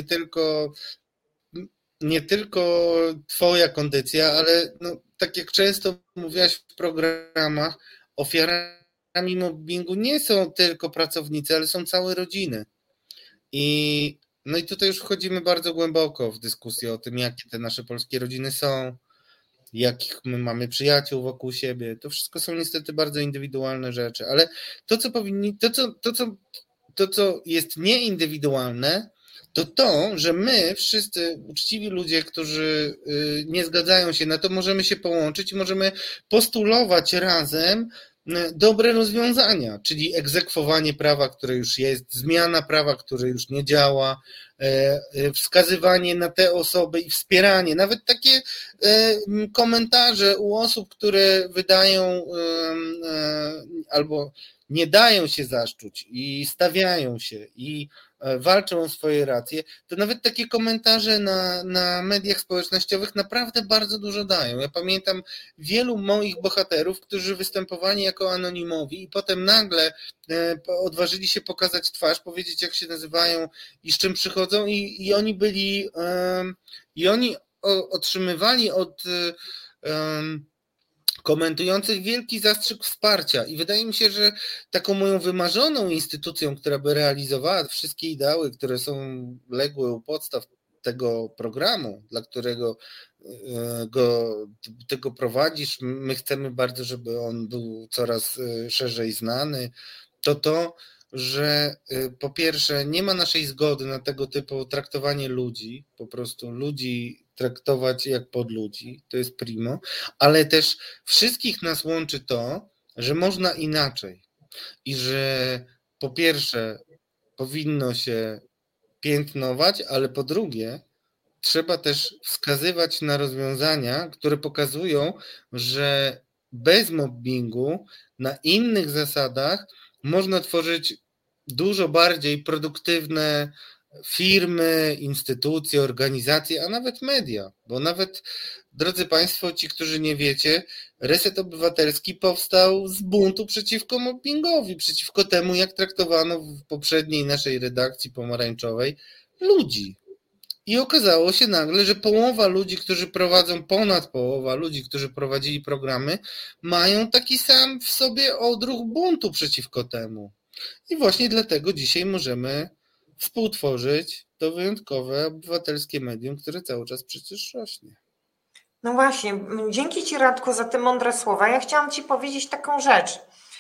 Speaker 3: nie tylko Twoja kondycja, ale tak jak często mówiłaś w programach, ofiarami mobbingu nie są tylko pracownicy, ale są całe rodziny. I tutaj już wchodzimy bardzo głęboko w dyskusję o tym, jakie te nasze polskie rodziny są, jakich my mamy przyjaciół wokół siebie. To wszystko są niestety bardzo indywidualne rzeczy, ale to, co jest nieindywidualne, to, że my wszyscy uczciwi ludzie, którzy nie zgadzają się na to, możemy się połączyć i możemy postulować razem dobre rozwiązania, czyli egzekwowanie prawa, które już jest, zmiana prawa, które już nie działa, wskazywanie na te osoby i wspieranie, nawet takie komentarze u osób, które wydają albo nie dają się zaszczuć i stawiają się i walczą o swoje racje, to nawet takie komentarze na mediach społecznościowych naprawdę bardzo dużo dają. Ja pamiętam wielu moich bohaterów, którzy występowali jako anonimowi i potem nagle odważyli się pokazać twarz, powiedzieć jak się nazywają i z czym przychodzą i oni byli oni otrzymywali od komentujących wielki zastrzyk wsparcia i wydaje mi się, że taką moją wymarzoną instytucją, która by realizowała wszystkie ideały, które są ległe u podstaw tego programu, dla którego tego prowadzisz, my chcemy bardzo, żeby on był coraz szerzej znany, to że po pierwsze nie ma naszej zgody na tego typu traktowanie ludzi, po prostu ludzi traktować jak podludzi, to jest primo, ale też wszystkich nas łączy to, że można inaczej i że po pierwsze powinno się piętnować, ale po drugie trzeba też wskazywać na rozwiązania, które pokazują, że bez mobbingu, na innych zasadach można tworzyć dużo bardziej produktywne firmy, instytucje, organizacje, a nawet media. Bo nawet, drodzy Państwo, ci, którzy nie wiecie, Reset Obywatelski powstał z buntu przeciwko mobbingowi, przeciwko temu, jak traktowano w poprzedniej naszej redakcji pomarańczowej ludzi. I okazało się nagle, że połowa ludzi, którzy prowadzą, ponad połowa ludzi, którzy prowadzili programy, mają taki sam w sobie odruch buntu przeciwko temu. I właśnie dlatego dzisiaj możemy współtworzyć to wyjątkowe obywatelskie medium, które cały czas przecież rośnie.
Speaker 2: No właśnie, dzięki Ci, Radku, za te mądre słowa. Ja chciałam Ci powiedzieć taką rzecz.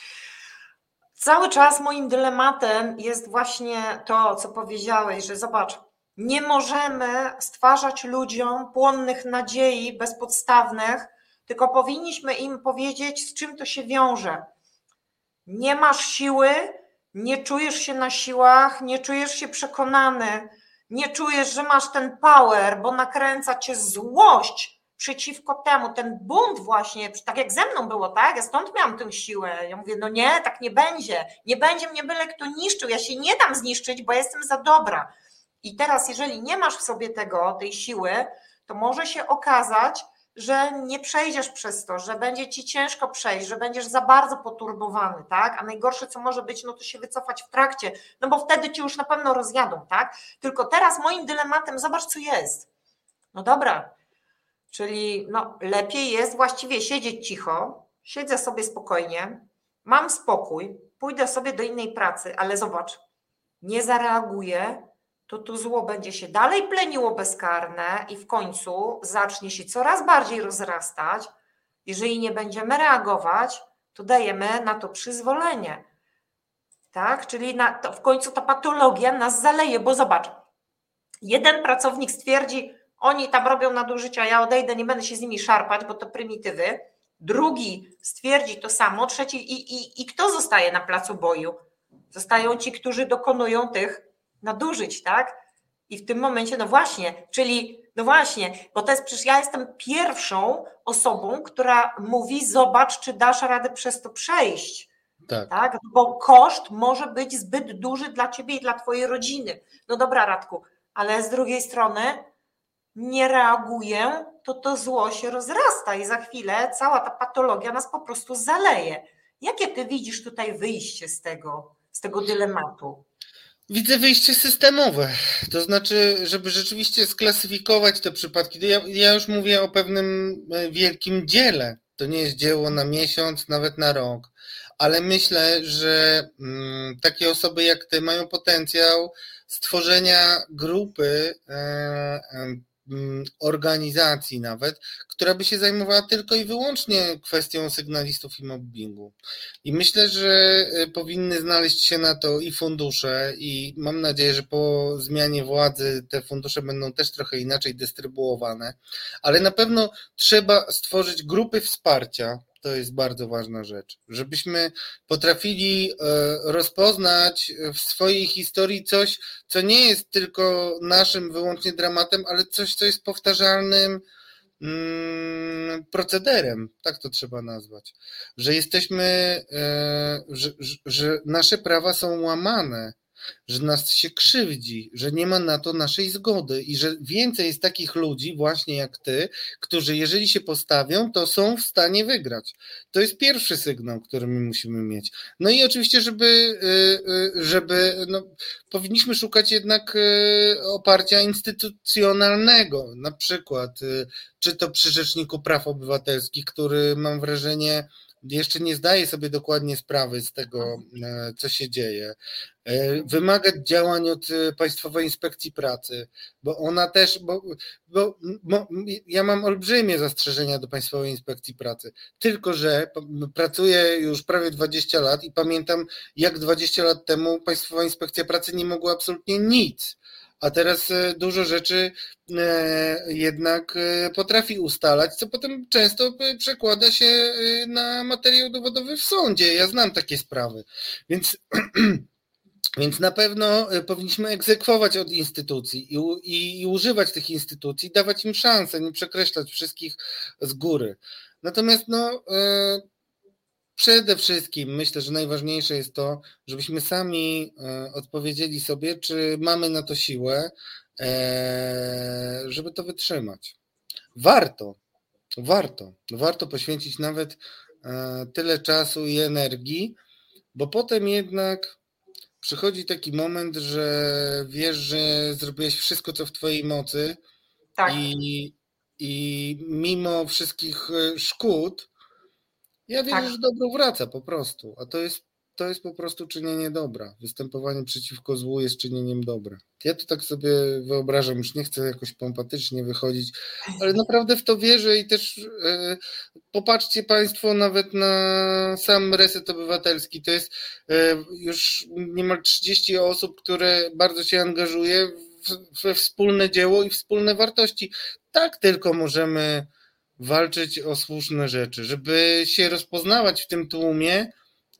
Speaker 2: Cały czas moim dylematem jest właśnie to, co powiedziałeś, że zobacz, nie możemy stwarzać ludziom płonnych nadziei bezpodstawnych, tylko powinniśmy im powiedzieć, z czym to się wiąże. Nie masz siły, nie czujesz się na siłach, nie czujesz się przekonany, nie czujesz, że masz ten power, bo nakręca cię złość przeciwko temu, ten bunt właśnie, tak jak ze mną było, tak? Ja stąd miałam tę siłę. Ja mówię, no nie, tak nie będzie. Nie będzie mnie byle kto niszczył, ja się nie dam zniszczyć, bo jestem za dobra. I teraz, jeżeli nie masz w sobie tej siły, to może się okazać, że nie przejdziesz przez to, że będzie ci ciężko przejść, że będziesz za bardzo poturbowany, tak? A najgorsze, co może być, no to się wycofać w trakcie, no bo wtedy ci już na pewno rozjadą, tak? Tylko teraz moim dylematem, zobacz, co jest. No dobra, czyli no lepiej jest właściwie siedzieć cicho, siedzę sobie spokojnie, mam spokój, pójdę sobie do innej pracy, ale zobacz, nie zareaguję, to zło będzie się dalej pleniło bezkarne i w końcu zacznie się coraz bardziej rozrastać. Jeżeli nie będziemy reagować, to dajemy na to przyzwolenie. Tak? Czyli w końcu ta patologia nas zaleje, bo zobacz, jeden pracownik stwierdzi, oni tam robią nadużycia, ja odejdę, nie będę się z nimi szarpać, bo to prymitywy. Drugi stwierdzi to samo, trzeci i kto zostaje na placu boju? Zostają ci, którzy dokonują tych nadużyć, tak? I w tym momencie, no właśnie, bo to jest przecież ja jestem pierwszą osobą, która mówi, zobacz, czy dasz radę przez to przejść. Tak? Bo koszt może być zbyt duży dla ciebie i dla twojej rodziny. No dobra, Radku, ale z drugiej strony nie reaguję, to zło się rozrasta i za chwilę cała ta patologia nas po prostu zaleje. Jakie ty widzisz tutaj wyjście z tego dylematu?
Speaker 3: Widzę wyjście systemowe, to znaczy, żeby rzeczywiście sklasyfikować te przypadki. Ja już mówię o pewnym wielkim dziele. To nie jest dzieło na miesiąc, nawet na rok, ale myślę, że takie osoby jak ty mają potencjał stworzenia grupy, organizacji nawet, która by się zajmowała tylko i wyłącznie kwestią sygnalistów i mobbingu. I myślę, że powinny znaleźć się na to i fundusze i mam nadzieję, że po zmianie władzy te fundusze będą też trochę inaczej dystrybuowane, ale na pewno trzeba stworzyć grupy wsparcia. To jest bardzo ważna rzecz, żebyśmy potrafili rozpoznać w swojej historii coś, co nie jest tylko naszym wyłącznie dramatem, ale coś, co jest powtarzalnym procederem, tak to trzeba nazwać, że jesteśmy, że nasze prawa są łamane, że nas się krzywdzi, że nie ma na to naszej zgody i że więcej jest takich ludzi właśnie jak ty, którzy jeżeli się postawią, to są w stanie wygrać. To jest pierwszy sygnał, który my musimy mieć. No i oczywiście, żeby powinniśmy szukać jednak oparcia instytucjonalnego, na przykład czy to przy Rzeczniku Praw Obywatelskich, który mam wrażenie jeszcze nie zdaje sobie dokładnie sprawy z tego, co się dzieje. Wymagać działań od Państwowej Inspekcji Pracy, bo ona też, bo ja mam olbrzymie zastrzeżenia do Państwowej Inspekcji Pracy, tylko że pracuję już prawie 20 lat i pamiętam, jak 20 lat temu Państwowa Inspekcja Pracy nie mogła absolutnie nic, a teraz dużo rzeczy jednak potrafi ustalać, co potem często przekłada się na materiał dowodowy w sądzie. Ja znam takie sprawy, więc na pewno powinniśmy egzekwować od instytucji i używać tych instytucji, dawać im szansę, nie przekreślać wszystkich z góry. Natomiast przede wszystkim myślę, że najważniejsze jest to, żebyśmy sami odpowiedzieli sobie, czy mamy na to siłę, żeby to wytrzymać. Warto poświęcić nawet tyle czasu i energii, bo potem jednak przychodzi taki moment, że wiesz, że zrobiłeś wszystko, co w twojej mocy,
Speaker 2: Tak.
Speaker 3: i mimo wszystkich szkód, ja wierzę,
Speaker 2: Tak.
Speaker 3: że dobro wraca po prostu, a to jest po prostu czynienie dobra. Występowanie przeciwko złu jest czynieniem dobra. Ja to tak sobie wyobrażam, już nie chcę jakoś pompatycznie wychodzić, ale naprawdę w to wierzę i też popatrzcie Państwo nawet na sam Reset Obywatelski. To jest już niemal 30 osób, które bardzo się angażuje we wspólne dzieło i wspólne wartości. Tak tylko możemy walczyć o słuszne rzeczy, żeby się rozpoznawać w tym tłumie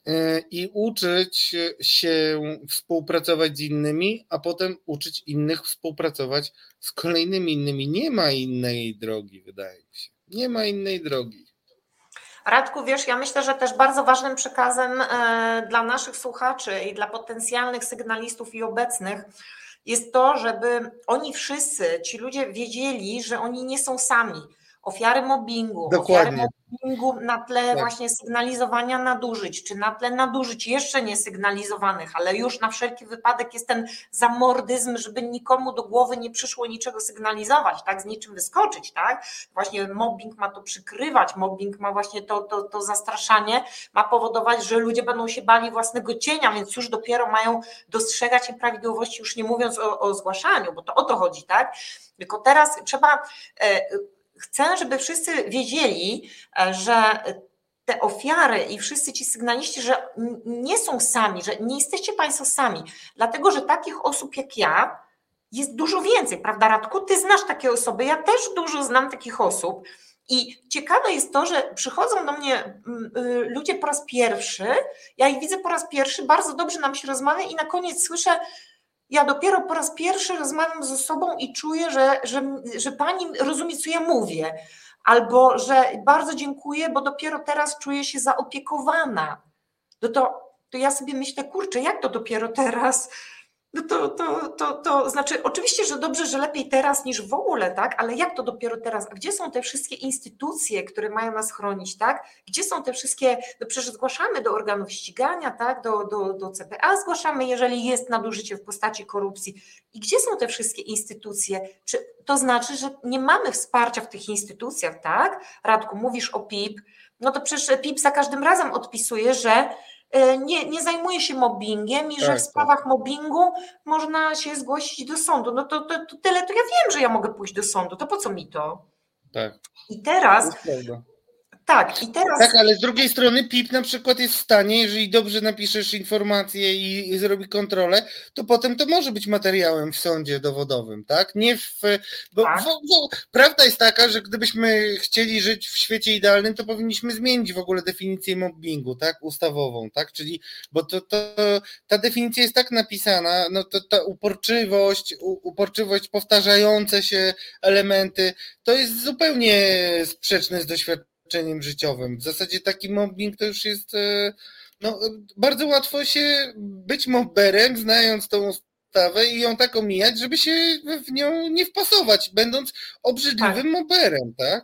Speaker 3: i uczyć się współpracować z innymi, a potem uczyć innych współpracować z kolejnymi innymi. Nie ma innej drogi, wydaje mi się. Nie ma innej drogi.
Speaker 2: Radku, wiesz, ja myślę, że też bardzo ważnym przekazem dla naszych słuchaczy i dla potencjalnych sygnalistów i obecnych jest to, żeby oni wszyscy, ci ludzie wiedzieli, że oni nie są sami. Ofiary mobbingu,
Speaker 3: Dokładnie.
Speaker 2: na tle właśnie sygnalizowania nadużyć, czy na tle nadużyć jeszcze nie sygnalizowanych, ale już na wszelki wypadek jest ten zamordyzm, żeby nikomu do głowy nie przyszło niczego sygnalizować, tak, z niczym wyskoczyć, tak? Właśnie mobbing ma to przykrywać, mobbing ma właśnie to zastraszanie, ma powodować, że ludzie będą się bali własnego cienia, więc już dopiero mają dostrzegać nieprawidłowości, już nie mówiąc o zgłaszaniu, bo to o to chodzi, tak? Tylko teraz trzeba... Chcę, żeby wszyscy wiedzieli, że te ofiary i wszyscy ci sygnaliści, że nie są sami, że nie jesteście Państwo sami, dlatego że takich osób jak ja jest dużo więcej, prawda Radku? Ty znasz takie osoby, ja też dużo znam takich osób i ciekawe jest to, że przychodzą do mnie ludzie po raz pierwszy, ja ich widzę po raz pierwszy, bardzo dobrze nam się rozmawia i na koniec słyszę: ja dopiero po raz pierwszy rozmawiam z osobą i czuję, że pani rozumie, co ja mówię. Albo że bardzo dziękuję, bo dopiero teraz czuję się zaopiekowana. No to ja sobie myślę, kurczę, jak to dopiero teraz? No to znaczy, oczywiście, że dobrze, że lepiej teraz niż w ogóle, tak? Ale jak to dopiero teraz? A gdzie są te wszystkie instytucje, które mają nas chronić, tak? Gdzie są te wszystkie, no przecież zgłaszamy do organów ścigania, tak? Do CBA zgłaszamy, jeżeli jest nadużycie w postaci korupcji. I gdzie są te wszystkie instytucje? Czy to znaczy, że nie mamy wsparcia w tych instytucjach, tak? Radku, mówisz o PIP, no to przecież PIP za każdym razem odpisuje, że nie zajmuje się mobbingiem i że w sprawach mobbingu można się zgłosić do sądu. No to tyle, to ja wiem, że ja mogę pójść do sądu, to po co mi to?
Speaker 3: Tak.
Speaker 2: I teraz... Tak,
Speaker 3: ale z drugiej strony PIP na przykład jest w stanie, jeżeli dobrze napiszesz informację i zrobi kontrolę, to potem to może być materiałem w sądzie dowodowym, tak? Bo prawda jest taka, że gdybyśmy chcieli żyć w świecie idealnym, to powinniśmy zmienić w ogóle definicję mobbingu, tak? Ustawową, tak? Czyli, bo ta definicja jest tak napisana, no to ta uporczywość, powtarzające się elementy, to jest zupełnie sprzeczne z doświadczeniem życiowym. W zasadzie taki mobbing to już jest, bardzo łatwo się być mobberem, znając tą ustawę i ją tak omijać, żeby się w nią nie wpasować, będąc obrzydliwym mobberem, tak?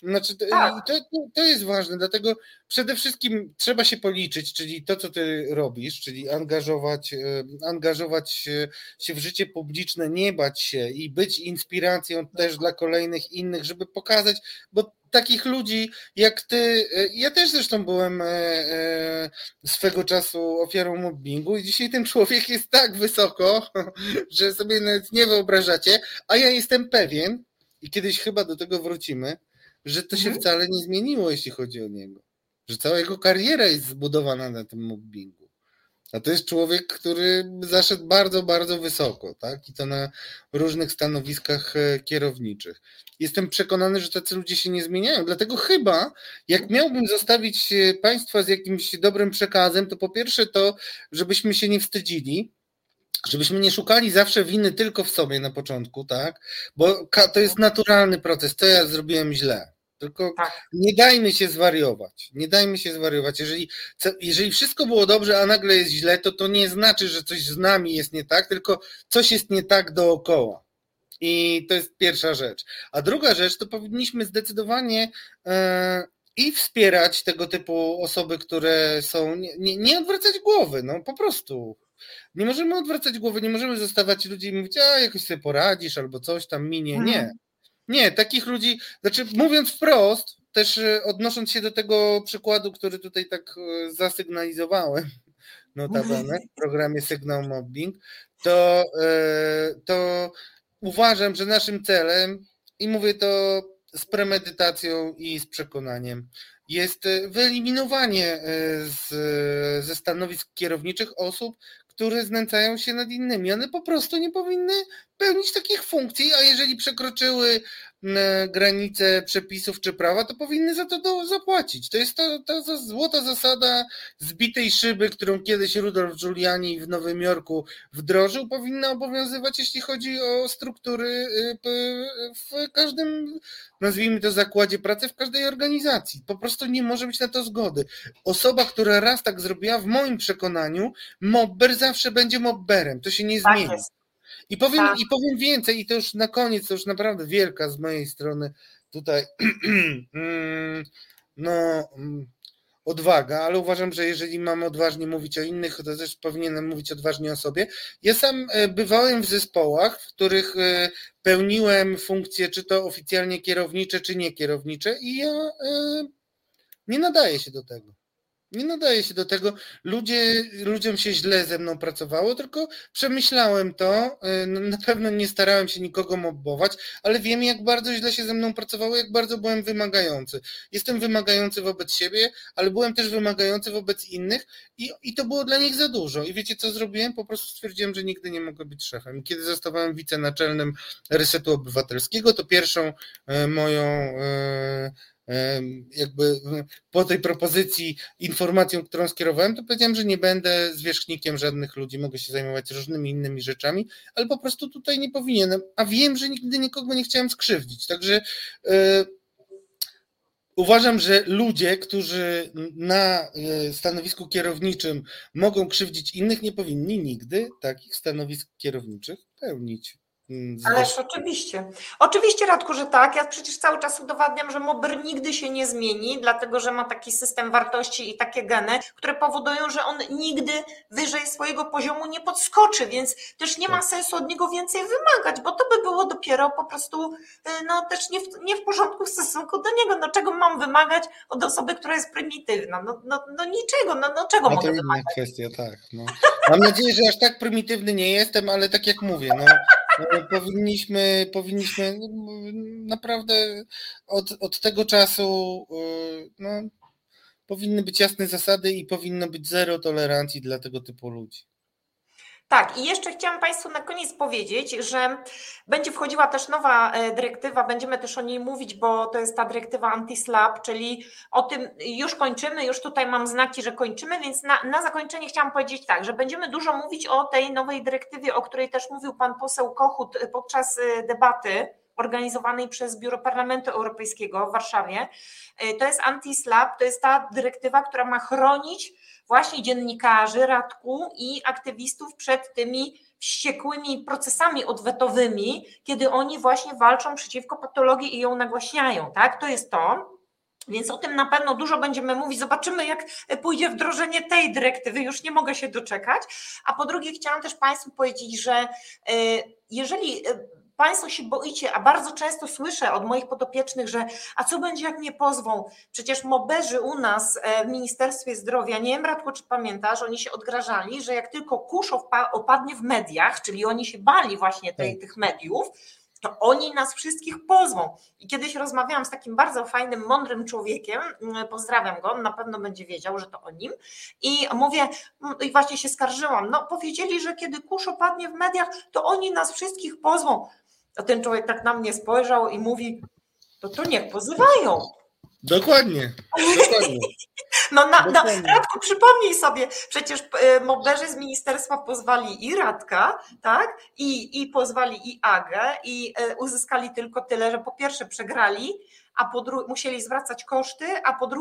Speaker 3: Znaczy,
Speaker 2: Tak.
Speaker 3: to jest ważne, dlatego przede wszystkim trzeba się policzyć, czyli to, co ty robisz, czyli angażować się w życie publiczne, nie bać się i być inspiracją też dla kolejnych innych, żeby pokazać, bo takich ludzi jak ty, ja też zresztą byłem swego czasu ofiarą mobbingu i dzisiaj ten człowiek jest tak wysoko, że sobie nawet nie wyobrażacie, a ja jestem pewien, i kiedyś chyba do tego wrócimy, że to się wcale nie zmieniło, jeśli chodzi o niego. Że cała jego kariera jest zbudowana na tym mobbingu. A to jest człowiek, który zaszedł bardzo, bardzo wysoko, tak? I to na różnych stanowiskach kierowniczych. Jestem przekonany, że tacy ludzie się nie zmieniają. Dlatego chyba, jak miałbym zostawić państwa z jakimś dobrym przekazem, to po pierwsze to, żebyśmy się nie wstydzili, żebyśmy nie szukali zawsze winy tylko w sobie na początku, tak? Bo to jest naturalny proces, to ja zrobiłem źle. Tylko nie dajmy się zwariować. Nie dajmy się zwariować. Jeżeli wszystko było dobrze, a nagle jest źle, to nie znaczy, że coś z nami jest nie tak, tylko coś jest nie tak dookoła. I to jest pierwsza rzecz. A druga rzecz, to powinniśmy zdecydowanie i wspierać tego typu osoby, które są, nie odwracać głowy, no po prostu. Nie możemy odwracać głowy, nie możemy zostawiać ludzi i mówić, jakoś sobie poradzisz albo coś tam minie. Nie. Nie, takich ludzi, znaczy mówiąc wprost, też odnosząc się do tego przykładu, który tutaj tak zasygnalizowałem, notabene w programie Sygnał Mobbing, to uważam, że naszym celem, i mówię to z premedytacją i z przekonaniem, jest wyeliminowanie ze stanowisk kierowniczych osób, które znęcają się nad innymi. One po prostu nie powinny pełnić takich funkcji, a jeżeli przekroczyły granice przepisów czy prawa, to powinny za to zapłacić. To jest ta złota zasada zbitej szyby, którą kiedyś Rudolf Giuliani w Nowym Jorku wdrożył, powinna obowiązywać, jeśli chodzi o struktury w każdym, nazwijmy to, zakładzie pracy, w każdej organizacji. Po prostu nie może być na to zgody. Osoba, która raz tak zrobiła, w moim przekonaniu, mobber zawsze będzie mobberem. To się nie zmieni.
Speaker 2: Tak jest.
Speaker 3: I powiem więcej, i to już na koniec, to już naprawdę wielka z mojej strony tutaj odwaga, ale uważam, że jeżeli mamy odważnie mówić o innych, to też powinienem mówić odważnie o sobie. Ja sam bywałem w zespołach, w których pełniłem funkcje, czy to oficjalnie kierownicze, czy niekierownicze, i ja nie nadaję się do tego. Nie nadaje się do tego. Ludziom się źle ze mną pracowało, tylko przemyślałem to. Na pewno nie starałem się nikogo mobbować, ale wiem, jak bardzo źle się ze mną pracowało, jak bardzo byłem wymagający. Jestem wymagający wobec siebie, ale byłem też wymagający wobec innych i to było dla nich za dużo. I wiecie, co zrobiłem? Po prostu stwierdziłem, że nigdy nie mogę być szefem. Kiedy zostawałem wicenaczelnym Resetu Obywatelskiego, to pierwszą moją jakby po tej propozycji informacją, którą skierowałem, to powiedziałem, że nie będę zwierzchnikiem żadnych ludzi, mogę się zajmować różnymi innymi rzeczami, ale po prostu tutaj nie powinienem, a wiem, że nigdy nikogo nie chciałem skrzywdzić, także uważam, że ludzie, którzy na stanowisku kierowniczym mogą krzywdzić innych, nie powinni nigdy takich stanowisk kierowniczych pełnić.
Speaker 2: Ależ oczywiście. Oczywiście, Radku, że tak. Ja przecież cały czas udowadniam, że mobber nigdy się nie zmieni, dlatego że ma taki system wartości i takie geny, które powodują, że on nigdy wyżej swojego poziomu nie podskoczy, więc też nie ma sensu od niego więcej wymagać, bo to by było dopiero po prostu też nie w porządku w stosunku do niego. No czego mam wymagać od osoby, która jest prymitywna? No niczego, czego mogę
Speaker 3: to
Speaker 2: wymagać?
Speaker 3: inna kwestia, tak. No. Mam nadzieję, że aż tak prymitywny nie jestem, ale tak jak mówię, powinniśmy naprawdę od tego czasu powinny być jasne zasady i powinno być zero tolerancji dla tego typu ludzi.
Speaker 2: Tak, i jeszcze chciałam Państwu na koniec powiedzieć, że będzie wchodziła też nowa dyrektywa, będziemy też o niej mówić, bo to jest ta dyrektywa anti-SLAPP, czyli o tym już kończymy, już tutaj mam znaki, że kończymy, więc na zakończenie chciałam powiedzieć tak, że będziemy dużo mówić o tej nowej dyrektywie, o której też mówił pan poseł Kochut podczas debaty organizowanej przez Biuro Parlamentu Europejskiego w Warszawie. To jest anti-SLAPP, to jest ta dyrektywa, która ma chronić właśnie dziennikarzy, Radku, i aktywistów przed tymi wściekłymi procesami odwetowymi, kiedy oni właśnie walczą przeciwko patologii i ją nagłaśniają, tak? To jest to. Więc o tym na pewno dużo będziemy mówić. Zobaczymy, jak pójdzie wdrożenie tej dyrektywy. Już nie mogę się doczekać. A po drugie, chciałam też Państwu powiedzieć, że jeżeli Państwo się boicie, a bardzo często słyszę od moich podopiecznych, że a co będzie, jak mnie pozwą? Przecież moberzy u nas w Ministerstwie Zdrowia, nie wiem, Radku, czy pamiętasz, oni się odgrażali, że jak tylko kurz opadnie w mediach, czyli oni się bali właśnie tych mediów, to oni nas wszystkich pozwą. I kiedyś rozmawiałam z takim bardzo fajnym, mądrym człowiekiem, pozdrawiam go, on na pewno będzie wiedział, że to o nim, i mówię, i właśnie się skarżyłam, no powiedzieli, że kiedy kurz opadnie w mediach, to oni nas wszystkich pozwą. A ten człowiek tak na mnie spojrzał i mówi, to niech pozywają.
Speaker 3: Dokładnie.
Speaker 2: No Radku, przypomnij sobie, przecież moberzy z ministerstwa pozwali i Radka, tak, i pozwali i Agę i uzyskali tylko tyle, że po pierwsze przegrali, a po drugie musieli zwracać koszty, a po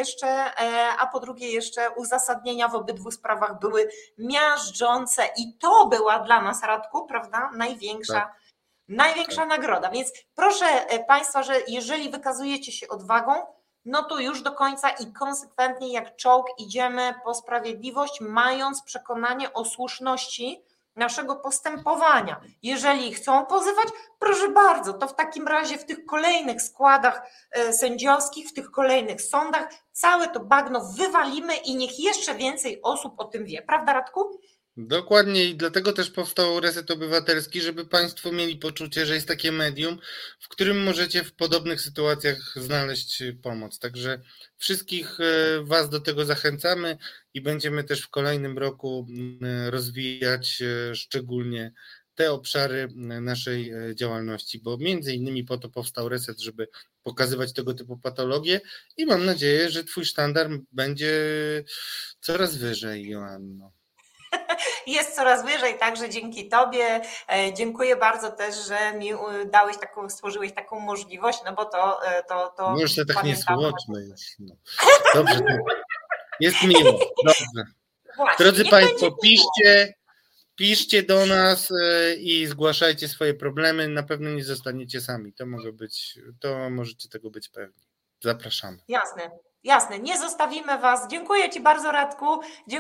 Speaker 2: drugie jeszcze uzasadnienia w obydwu sprawach były miażdżące i to była dla nas, Radku, prawda, największa nagroda. Więc proszę Państwa, że jeżeli wykazujecie się odwagą, no to już do końca i konsekwentnie jak czołg idziemy po sprawiedliwość, mając przekonanie o słuszności naszego postępowania. Jeżeli chcą pozywać, proszę bardzo, to w takim razie w tych kolejnych składach sędziowskich, w tych kolejnych sądach całe to bagno wywalimy i niech jeszcze więcej osób o tym wie. Prawda, Radku?
Speaker 3: Dokładnie i dlatego też powstał Reset Obywatelski, żeby Państwo mieli poczucie, że jest takie medium, w którym możecie w podobnych sytuacjach znaleźć pomoc. Także wszystkich Was do tego zachęcamy i będziemy też w kolejnym roku rozwijać szczególnie te obszary naszej działalności, bo między innymi po to powstał Reset, żeby pokazywać tego typu patologie i mam nadzieję, że Twój sztandar będzie coraz wyżej, Joanno.
Speaker 2: Jest coraz wyżej, także dzięki Tobie. Dziękuję bardzo też, że mi stworzyłeś taką możliwość, no bo to
Speaker 3: już się tak nie słodźmy. No. Dobrze, jest miło. Dobrze.
Speaker 2: Właśnie,
Speaker 3: drodzy Państwo, piszcie do nas i zgłaszajcie swoje problemy. Na pewno nie zostaniecie sami. To możecie tego być pewni. Zapraszamy.
Speaker 2: Jasne, nie zostawimy Was. Dziękuję Ci bardzo, Radku.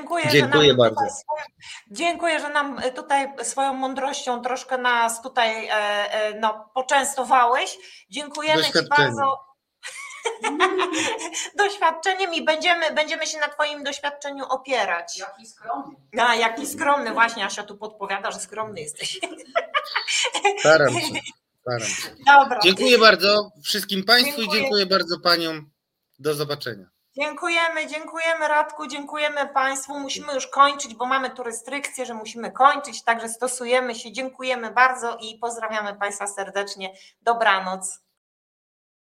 Speaker 2: Dziękuję, że nam tutaj swoją mądrością troszkę nas tutaj poczęstowałeś. Dziękujemy Ci bardzo. Doświadczeniem i będziemy się na Twoim doświadczeniu opierać.
Speaker 1: Jaki skromny.
Speaker 2: Jaki skromny, właśnie Asia tu podpowiada, że skromny jesteś.
Speaker 3: Staram się.
Speaker 2: Dobra.
Speaker 3: Dziękuję bardzo wszystkim Państwu i dziękuję bardzo Paniom. Do zobaczenia.
Speaker 2: Dziękujemy Radku, dziękujemy Państwu. Musimy już kończyć, bo mamy tu restrykcje, że musimy kończyć, także stosujemy się. Dziękujemy bardzo i pozdrawiamy Państwa serdecznie. Dobranoc.